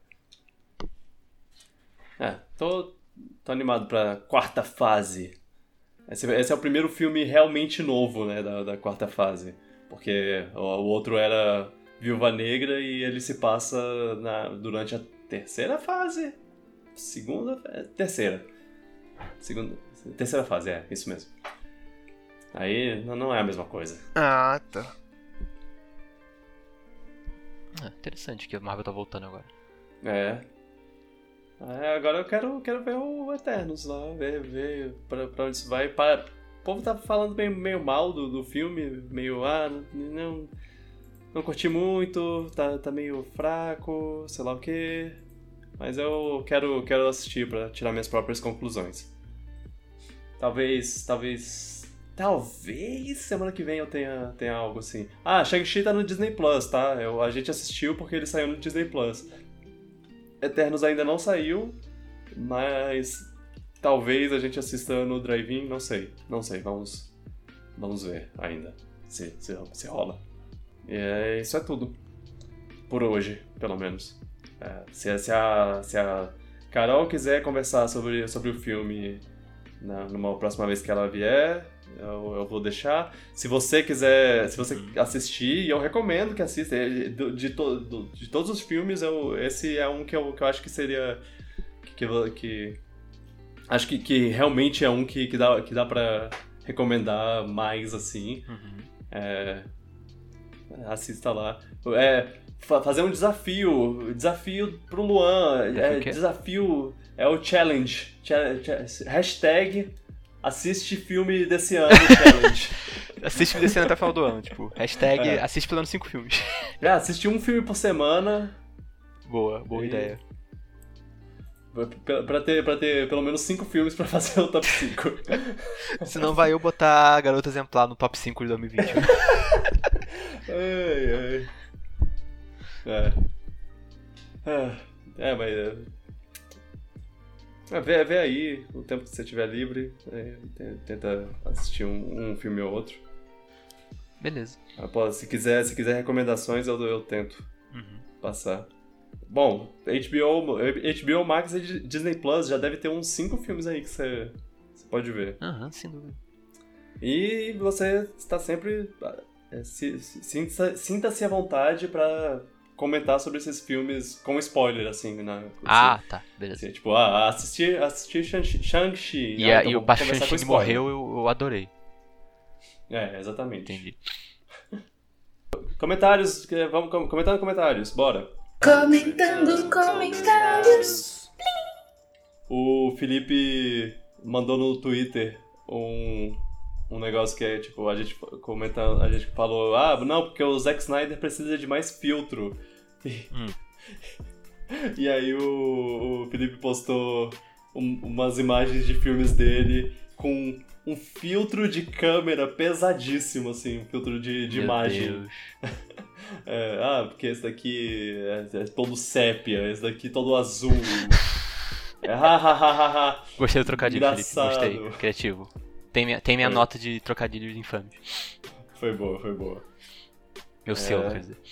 É, tô, tô animado pra quarta fase. Esse, esse é o primeiro filme realmente novo, né, da, da quarta fase. Porque o, o outro era Viúva Negra e ele se passa na, durante a terceira fase. Segunda? é, Terceira. Segunda, terceira fase, é, isso mesmo. Aí não não é a mesma coisa. Ah, tá. Ah, interessante que a Marvel tá voltando agora. É. É, agora eu quero, quero ver o Eternos lá, ver, ver pra, pra onde isso vai. Para... O povo tá falando meio, meio mal do, do filme, meio, ah, não, não, não curti muito, tá, tá meio fraco, sei lá o quê. Mas eu quero, quero assistir pra tirar minhas próprias conclusões. Talvez, talvez, talvez semana que vem eu tenha, tenha algo assim. Ah, Shang-Chi tá no Disney Plus, tá? Eu, a gente assistiu porque ele saiu no Disney Plus. Eternos ainda não saiu, mas talvez a gente assista no Drive-In, não sei, não sei, vamos, vamos ver ainda se, se, se rola. E é, isso é tudo, por hoje, pelo menos. É, se, se, a, se a Carol quiser conversar sobre, sobre o filme na, numa próxima vez que ela vier, eu, eu vou deixar. Se você quiser, se você assistir, eu recomendo que assista. De, de, to, de todos os filmes, eu, esse é um que eu, que eu acho que seria... Que, que, acho que, que realmente é um que, que, dá, que dá pra recomendar mais, assim. Uhum. É, assista lá. É, fazer um desafio. Desafio pro Luan. Desafio É, o quê? desafio é o challenge. Cha- cha- hashtag assiste filme desse ano challenge. Assiste desse ano até o final do ano, tipo, hashtag É. assiste pelo menos cinco filmes. Já assisti um filme por semana. Boa, boa E- ideia. Pra, pra ter, pra ter pelo menos cinco filmes pra fazer o top cinco. Senão vai eu botar a Garota Exemplar no top cinco de dois mil e vinte. Ai, ai. É. É, é mas. É, é, vê, vê aí o tempo que você tiver livre. É, te- tenta assistir um, um filme ou outro. Beleza. Ah, pô, se quiser, se quiser recomendações, eu, eu tento Uhum. passar. Bom, H B O, H B O Max e Disney Plus já deve ter uns cinco filmes aí que você, você pode ver. Aham, sem dúvida. E você está sempre. é, se- se- sinta- Sinta-se à vontade pra comentar sobre esses filmes com spoiler, assim, na. Ah, tá, beleza. assim, tipo, ah, assistir, assistir Shang-Chi. Shang-Chi. E, ah, a, então e o vou Baixo conversar com Shang spoiler. morreu, eu, eu adorei. É, exatamente. Entendi. Comentários, que- vamos com- comentar nos comentários, bora. Comentando comentários. O Felipe mandou no Twitter um, um negócio que é tipo, a gente comenta, a gente falou, ah, não, porque o Zack Snyder precisa de mais filtro. E, Hum. e aí o, o Felipe postou um- umas imagens de filmes dele com um filtro de câmera pesadíssimo, assim, um filtro de, de Meu imagem. Deus. É, ah, porque esse daqui é, é todo sépia, esse daqui todo azul. É, ha, ha, ha, ha, ha. Gostei do trocadilho, Felipe. Engraçado. Gostei. Criativo. Tem minha, tem minha É. nota de trocadilhos infames. Foi boa, foi boa. Meu selo, É. quer dizer.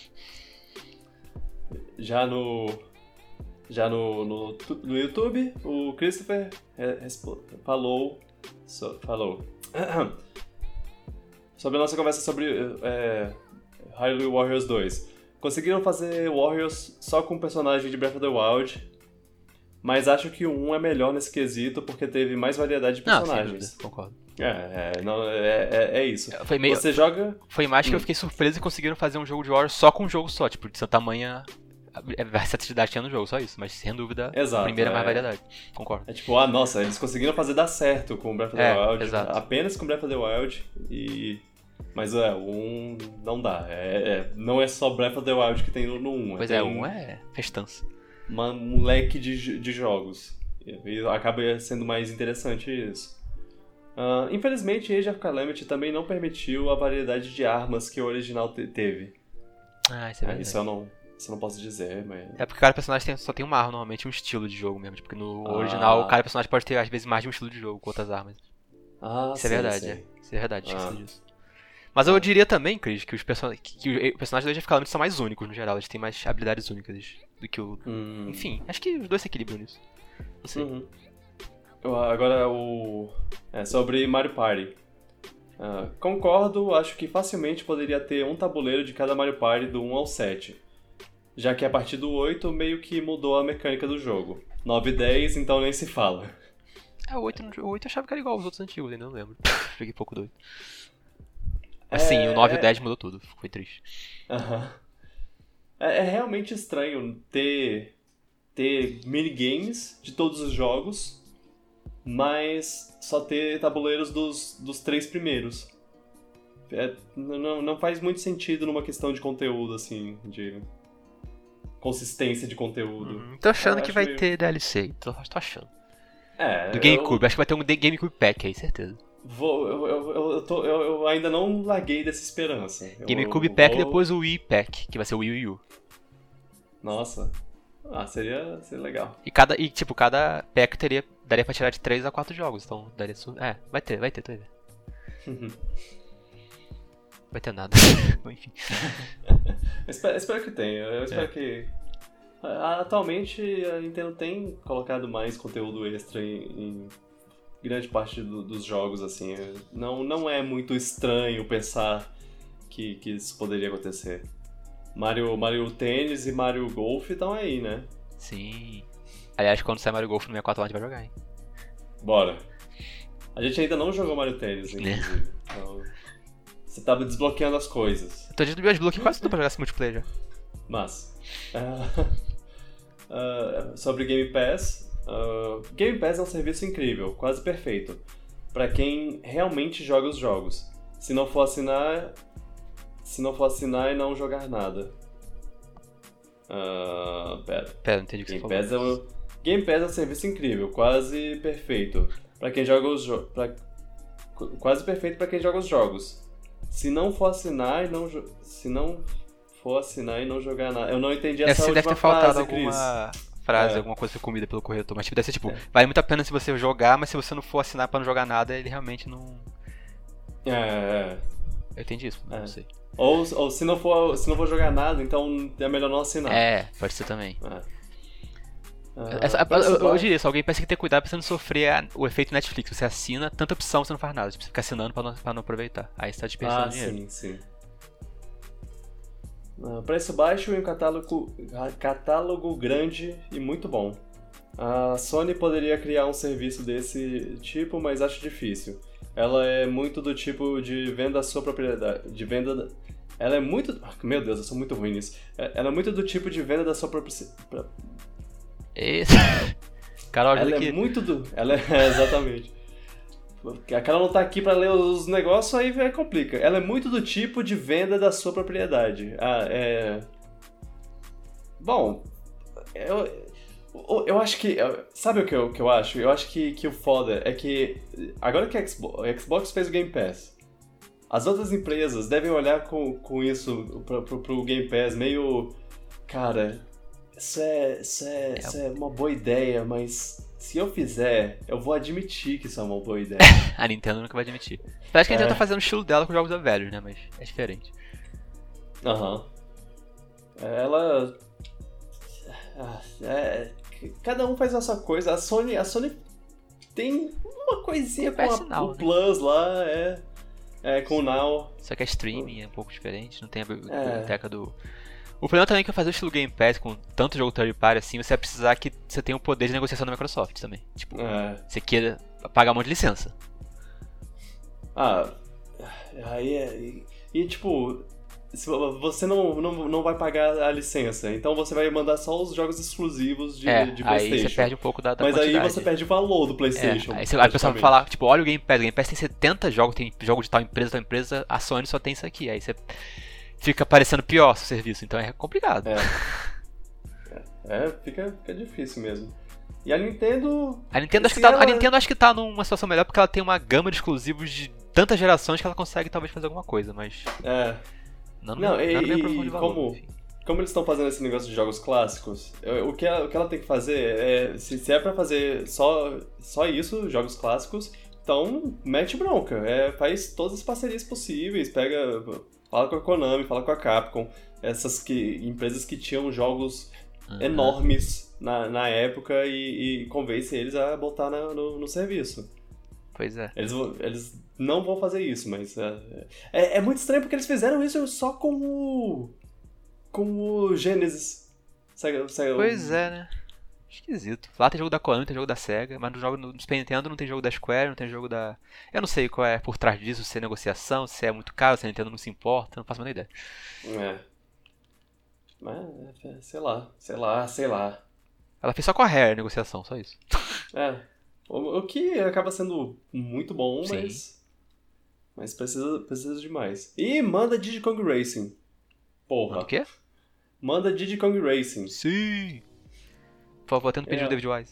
Já no. Já no, no, tu- no YouTube, o Christopher re- respo- falou. so- falou. Sobre a nossa conversa sobre é, Hyrule Warriors dois. conseguiram fazer Warriors só com o personagem de Breath of the Wild, mas acho que o um é melhor nesse quesito porque teve mais variedade de Não, sem personagens. dúvida, concordo. É, é, não, é, é, é isso. Foi meio- Você joga... Foi mais que eu Hum. fiquei surpreso e conseguiram fazer um jogo de Warriors só com um jogo só, tipo, de seu tamanho, a versatilidade tinha no jogo, só isso. Mas sem dúvida, Exato, a primeira é mais é. variedade. Concordo. É tipo, ah, nossa, eles conseguiram fazer dar certo com Breath of the É, Wild, exato. apenas com Breath of the Wild, e... Mas é, o um não dá. É, é- não é só Breath of the Wild que tem no um. Pois tem é, um é festança. uma- um leque de, jo- de jogos. E acaba sendo mais interessante isso. Ah, infelizmente, Age of Calamity também não permitiu a variedade de armas que o original te- teve. Ah, isso é Ah, verdade. isso eu não, isso eu não posso dizer, mas... É porque cada personagem tem- só tem uma arma, normalmente um estilo de jogo mesmo. Porque no Ah. original, cada personagem pode ter, às vezes, mais de um estilo de jogo com outras armas. Ah, Isso é sei, verdade, sei. é. Isso é verdade, esqueci Ah. disso. Mas eu diria também, Chris, que os person... que, que os personagens do Age of Calamity são mais únicos no geral. Eles têm mais habilidades únicas do que o... Hum. Enfim, acho que os dois se equilibram nisso. Não sei. Uhum. Eu- Agora, o... É, sobre Mario Party. Ah, concordo, acho que facilmente poderia ter um tabuleiro de cada Mario Party do um ao sete. Já que a partir do oito meio que mudou a mecânica do jogo. nove e dez, então nem se fala. É, o oito, o oito eu achava que era igual aos outros antigos, ainda não lembro. Fiquei pouco doido. Mas sim, o nove e o é- dez mudou tudo, foi triste. Aham. É, é realmente estranho ter, ter minigames de todos os jogos, mas só ter tabuleiros dos, dos três primeiros. É, não, não faz muito sentido numa questão de conteúdo, assim, de consistência de conteúdo. Uhum. Tô achando Eu que acho vai meio- ter D L C, tô, tô achando. É, Do eu- GameCube, acho que vai ter um de- GameCube Pack aí, certeza. Vou, eu, eu, eu, eu tô- eu- eu ainda não larguei dessa esperança. Eu- GameCube eu Pack e vou- depois o Wii Pack, que vai ser o Wii U. Nossa. Ah, seria, seria legal. E cada, e tipo, cada pack teria, daria pra tirar de três a quatro jogos, então daria su... É, vai ter, vai ter, tu vai ver. Vai ter nada. Enfim. Eu espero, espero que tenha. Eu espero É. que. a- Atualmente a Nintendo tem colocado mais conteúdo extra em, em grande parte do- dos jogos, assim. Não, não é muito estranho pensar que, que isso poderia acontecer. Mario, Mario Tênis e Mario Golf estão aí, né? Sim. Aliás, quando sair Mario Golf no sessenta e quatro a gente vai jogar, hein? Bora. A gente ainda não jogou Mario Tênis, inclusive. Então, você tava desbloqueando as coisas. Eu tô de desbloqueio quase tudo pra jogar esse multiplayer já. Mas, ah, ah, sobre Game Pass, ah, Game Pass é um serviço incrível, quase perfeito, para quem realmente joga os jogos. Se não for assinar, se não for assinar e não jogar nada. Ah, pera. Pera, não entendi o que Game você falou. Pass, é um, Game Pass é um serviço incrível, quase perfeito para quem joga os jogos. Quase perfeito para quem joga os jogos. Se não for assinar e não jo- se não for assinar e não jogar nada. Eu não entendi Deve, essa ser- última deve ter faltado frase, Cris. alguma frase, É. alguma coisa foi comida pelo corretor. Mas tipo, deve ser tipo, vale muito a pena se você jogar, mas se você não for assinar pra não jogar nada, ele realmente não... É, é. Eu entendi isso, mas É. não sei. Ou, ou se não for se não for jogar nada, então é melhor não assinar. É, pode ser também. É. Ah, Essa, eu, preço eu, eu baixo. diria isso, alguém pensa que ter cuidado pra você não sofrer a- o efeito Netflix. Você assina, tanta opção você não faz nada. Tipo, você fica assinando pra não, pra não aproveitar. Aí você tá desperdiçando Ah, dinheiro. sim, sim. Ah, preço baixo e um catálogo, ah, catálogo grande e muito bom. A Sony poderia criar um serviço desse tipo, mas acho difícil. Ela é muito do tipo de venda à sua propriedade. De venda. da- Ela é muito. ah, Meu Deus, eu sou muito ruim nisso. É- Ela é muito do tipo de venda da sua própria. Esse... Carol, ajuda Ela aqui. é muito do. Ela é. é, exatamente. Porque a Carol não tá aqui pra ler os negócios, aí vai complica. Ela é muito do tipo de venda da sua propriedade. Ah, é. Bom, eu, eu, eu acho que. Sabe o que eu, que eu acho? Eu acho que, que o foda é que. Agora que a Xbox, a Xbox fez o Game Pass, as outras empresas devem olhar com, com isso pro, pro, pro Game Pass meio. Cara, isso é, isso, é, isso é uma boa ideia, mas se eu fizer, eu vou admitir que isso é uma boa ideia. A Nintendo nunca vai admitir. Parece que a Nintendo É. tá fazendo o estilo dela com jogos velhos, né? Mas é diferente. Aham. Ela. Ah, é, cada um faz a sua coisa. A Sony, a Sony tem uma coisinha com P S a, Now, o né? Plus lá, é. É, com o Now. Só que a streaming é um pouco diferente, não tem a É. biblioteca do O problema também é que fazer o estilo Game Pass com tanto jogo third party assim, você vai precisar que você tenha o poder de negociação da Microsoft também. Tipo, É. você queira pagar um monte de licença. Ah, aí é... E, e, tipo, se você não, não, não vai pagar a licença, então você vai mandar só os jogos exclusivos de, é, de PlayStation. aí você perde um pouco da, da Mas quantidade. aí você perde o valor do PlayStation. É, aí, você, aí o pessoal vai falar, tipo, olha o Game Pass, o Game Pass tem setenta jogos, tem jogo de tal empresa, tal empresa, a Sony só tem isso aqui. Aí você fica parecendo pior o serviço, então é complicado. É, é, é fica, fica difícil mesmo. E a Nintendo... A Nintendo, acho que ela... tá, a Nintendo acho que tá numa situação melhor porque ela tem uma gama de exclusivos de tantas gerações que ela consegue talvez fazer alguma coisa, mas... É. Não, Não, não, e, não é e de valor, como, como eles estão fazendo esse negócio de jogos clássicos, eu- o que ela, o que ela tem que fazer é, se, se é pra fazer só, só isso, jogos clássicos, então mete bronca, é, faz todas as parcerias possíveis, pega, fala com a Konami, fala com a Capcom, essas que, empresas que tinham jogos Uhum. enormes na, na época e, e convence eles a botar na- no, no serviço. Pois é. Eles, vão- eles não vão fazer isso, mas é, é, é muito estranho porque eles fizeram isso só com o com o Genesis. Sega, Sega, Pois é, né? Esquisito. Lá tem jogo da Konami, tem jogo da Sega, mas no jogo no Super Nintendo não tem jogo da Square, não tem jogo da... Eu não sei qual é por trás disso, se é negociação, se é muito caro, se a Nintendo não se importa, não faço a menor ideia. É. Mas, é, sei lá, sei lá, sei lá. Ela fez só com a Rare a negociação, só isso. É. O, o que acaba sendo muito bom, Sim. mas. Mas precisa, precisa de mais. E manda Diddy Kong Racing. Porra. Mano, o quê? Manda Diddy Kong Racing. Sim! Por favor, tendo pedido É. o David Wise.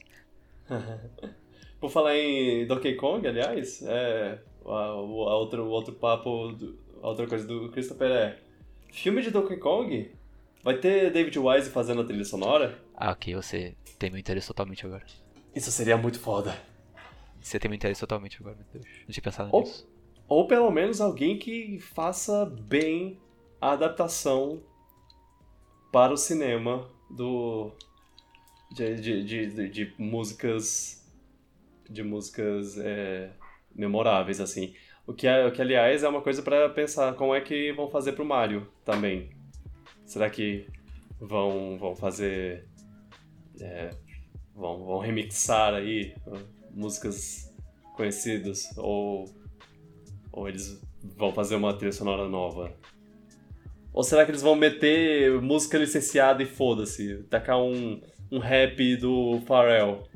Por falar em Donkey Kong, aliás, é. A, a outro, o outro papo, do, a outra coisa do Christopher é. Filme de Donkey Kong? Vai ter David Wise fazendo a trilha sonora? Ah, ok, você tem meu interesse totalmente agora. Isso seria muito foda. Você tem meu interesse totalmente agora, meu Deus. Não tinha pensado Ou, nisso. ou pelo menos alguém que faça bem a adaptação para o cinema do de, de, de, de, de músicas de músicas é, memoráveis assim. O que, é, o que aliás é uma coisa para pensar como é que vão fazer pro Mario também. Será que vão vão fazer é, vão, vão remixar aí uh, músicas conhecidas ou ou eles vão fazer uma trilha sonora nova? Ou será que eles vão meter música licenciada e foda-se? Tacar um, um rap do Pharrell?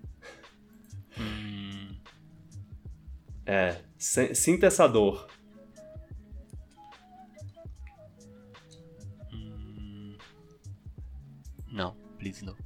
Hum, É, sin- sintetizador. hum, não, please não.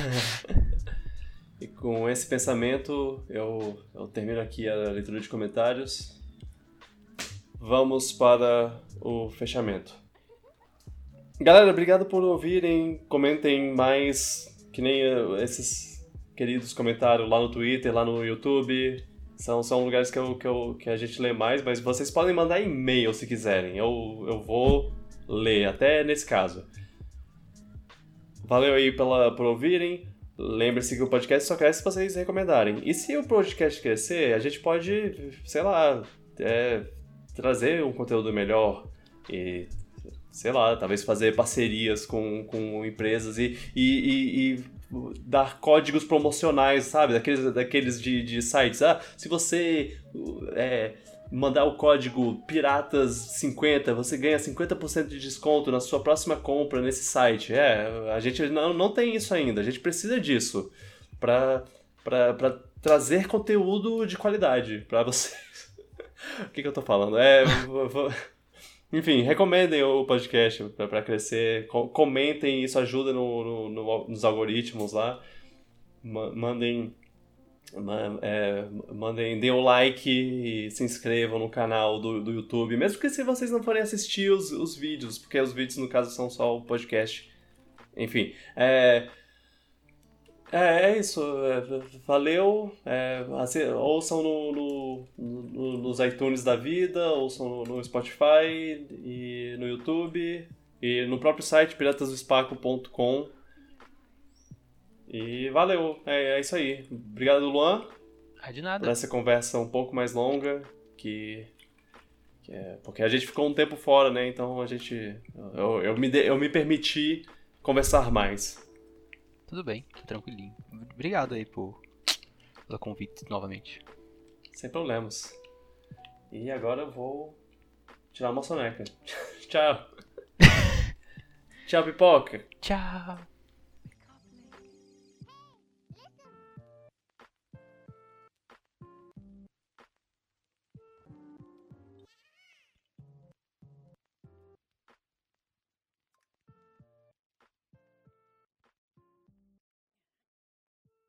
E com esse pensamento, eu, eu termino aqui a leitura de comentários. Vamos para o fechamento. Galera, obrigado por ouvirem. Comentem mais, que nem uh, esses queridos comentários lá no Twitter, lá no YouTube. São, são lugares que, eu, que, eu, que a gente lê mais, mas vocês podem mandar e-mail se quiserem. Eu, eu vou ler, até nesse caso. Valeu aí pela, por ouvirem. Lembre-se que o podcast só cresce se vocês recomendarem. E se o podcast crescer, a gente pode, sei lá, é, trazer um conteúdo melhor e, sei lá, talvez fazer parcerias com, com empresas e, e, e, e dar códigos promocionais, sabe? Daqueles, daqueles de, de sites. Ah, se você é, mandar o código Piratas cinquenta, você ganha cinquenta por cento de desconto na sua próxima compra nesse site. É, a gente não, não tem isso ainda. A gente precisa disso para para trazer conteúdo de qualidade para vocês. O que, que eu tô falando? É, vou, vou... Enfim, recomendem o podcast para crescer. Com- comentem, isso ajuda no, no- no- nos algoritmos lá. Ma- Mandem, ma- é, mandem, deem o like e se inscrevam no canal do, do YouTube. Mesmo que se vocês não forem assistir os, os vídeos, porque os vídeos, no caso, são só o podcast. Enfim, é... É, é isso. É, valeu. É, assim, ouçam no, no- no- nos iTunes da vida, ouçam no, no Spotify e no YouTube e no próprio site piratas do espaco ponto com. E valeu. É, é isso aí. Obrigado, Luan, Ah, de por nada. essa conversa um pouco mais longa que, Que é, porque a gente ficou um tempo fora, né? Então a gente. Eu, eu, me, de, eu me permiti conversar mais. Tudo bem, tranquilinho. Obrigado aí por pelo convite novamente. Sem problemas. E agora eu vou tirar uma soneca. Tchau. Tchau, pipoca. Tchau.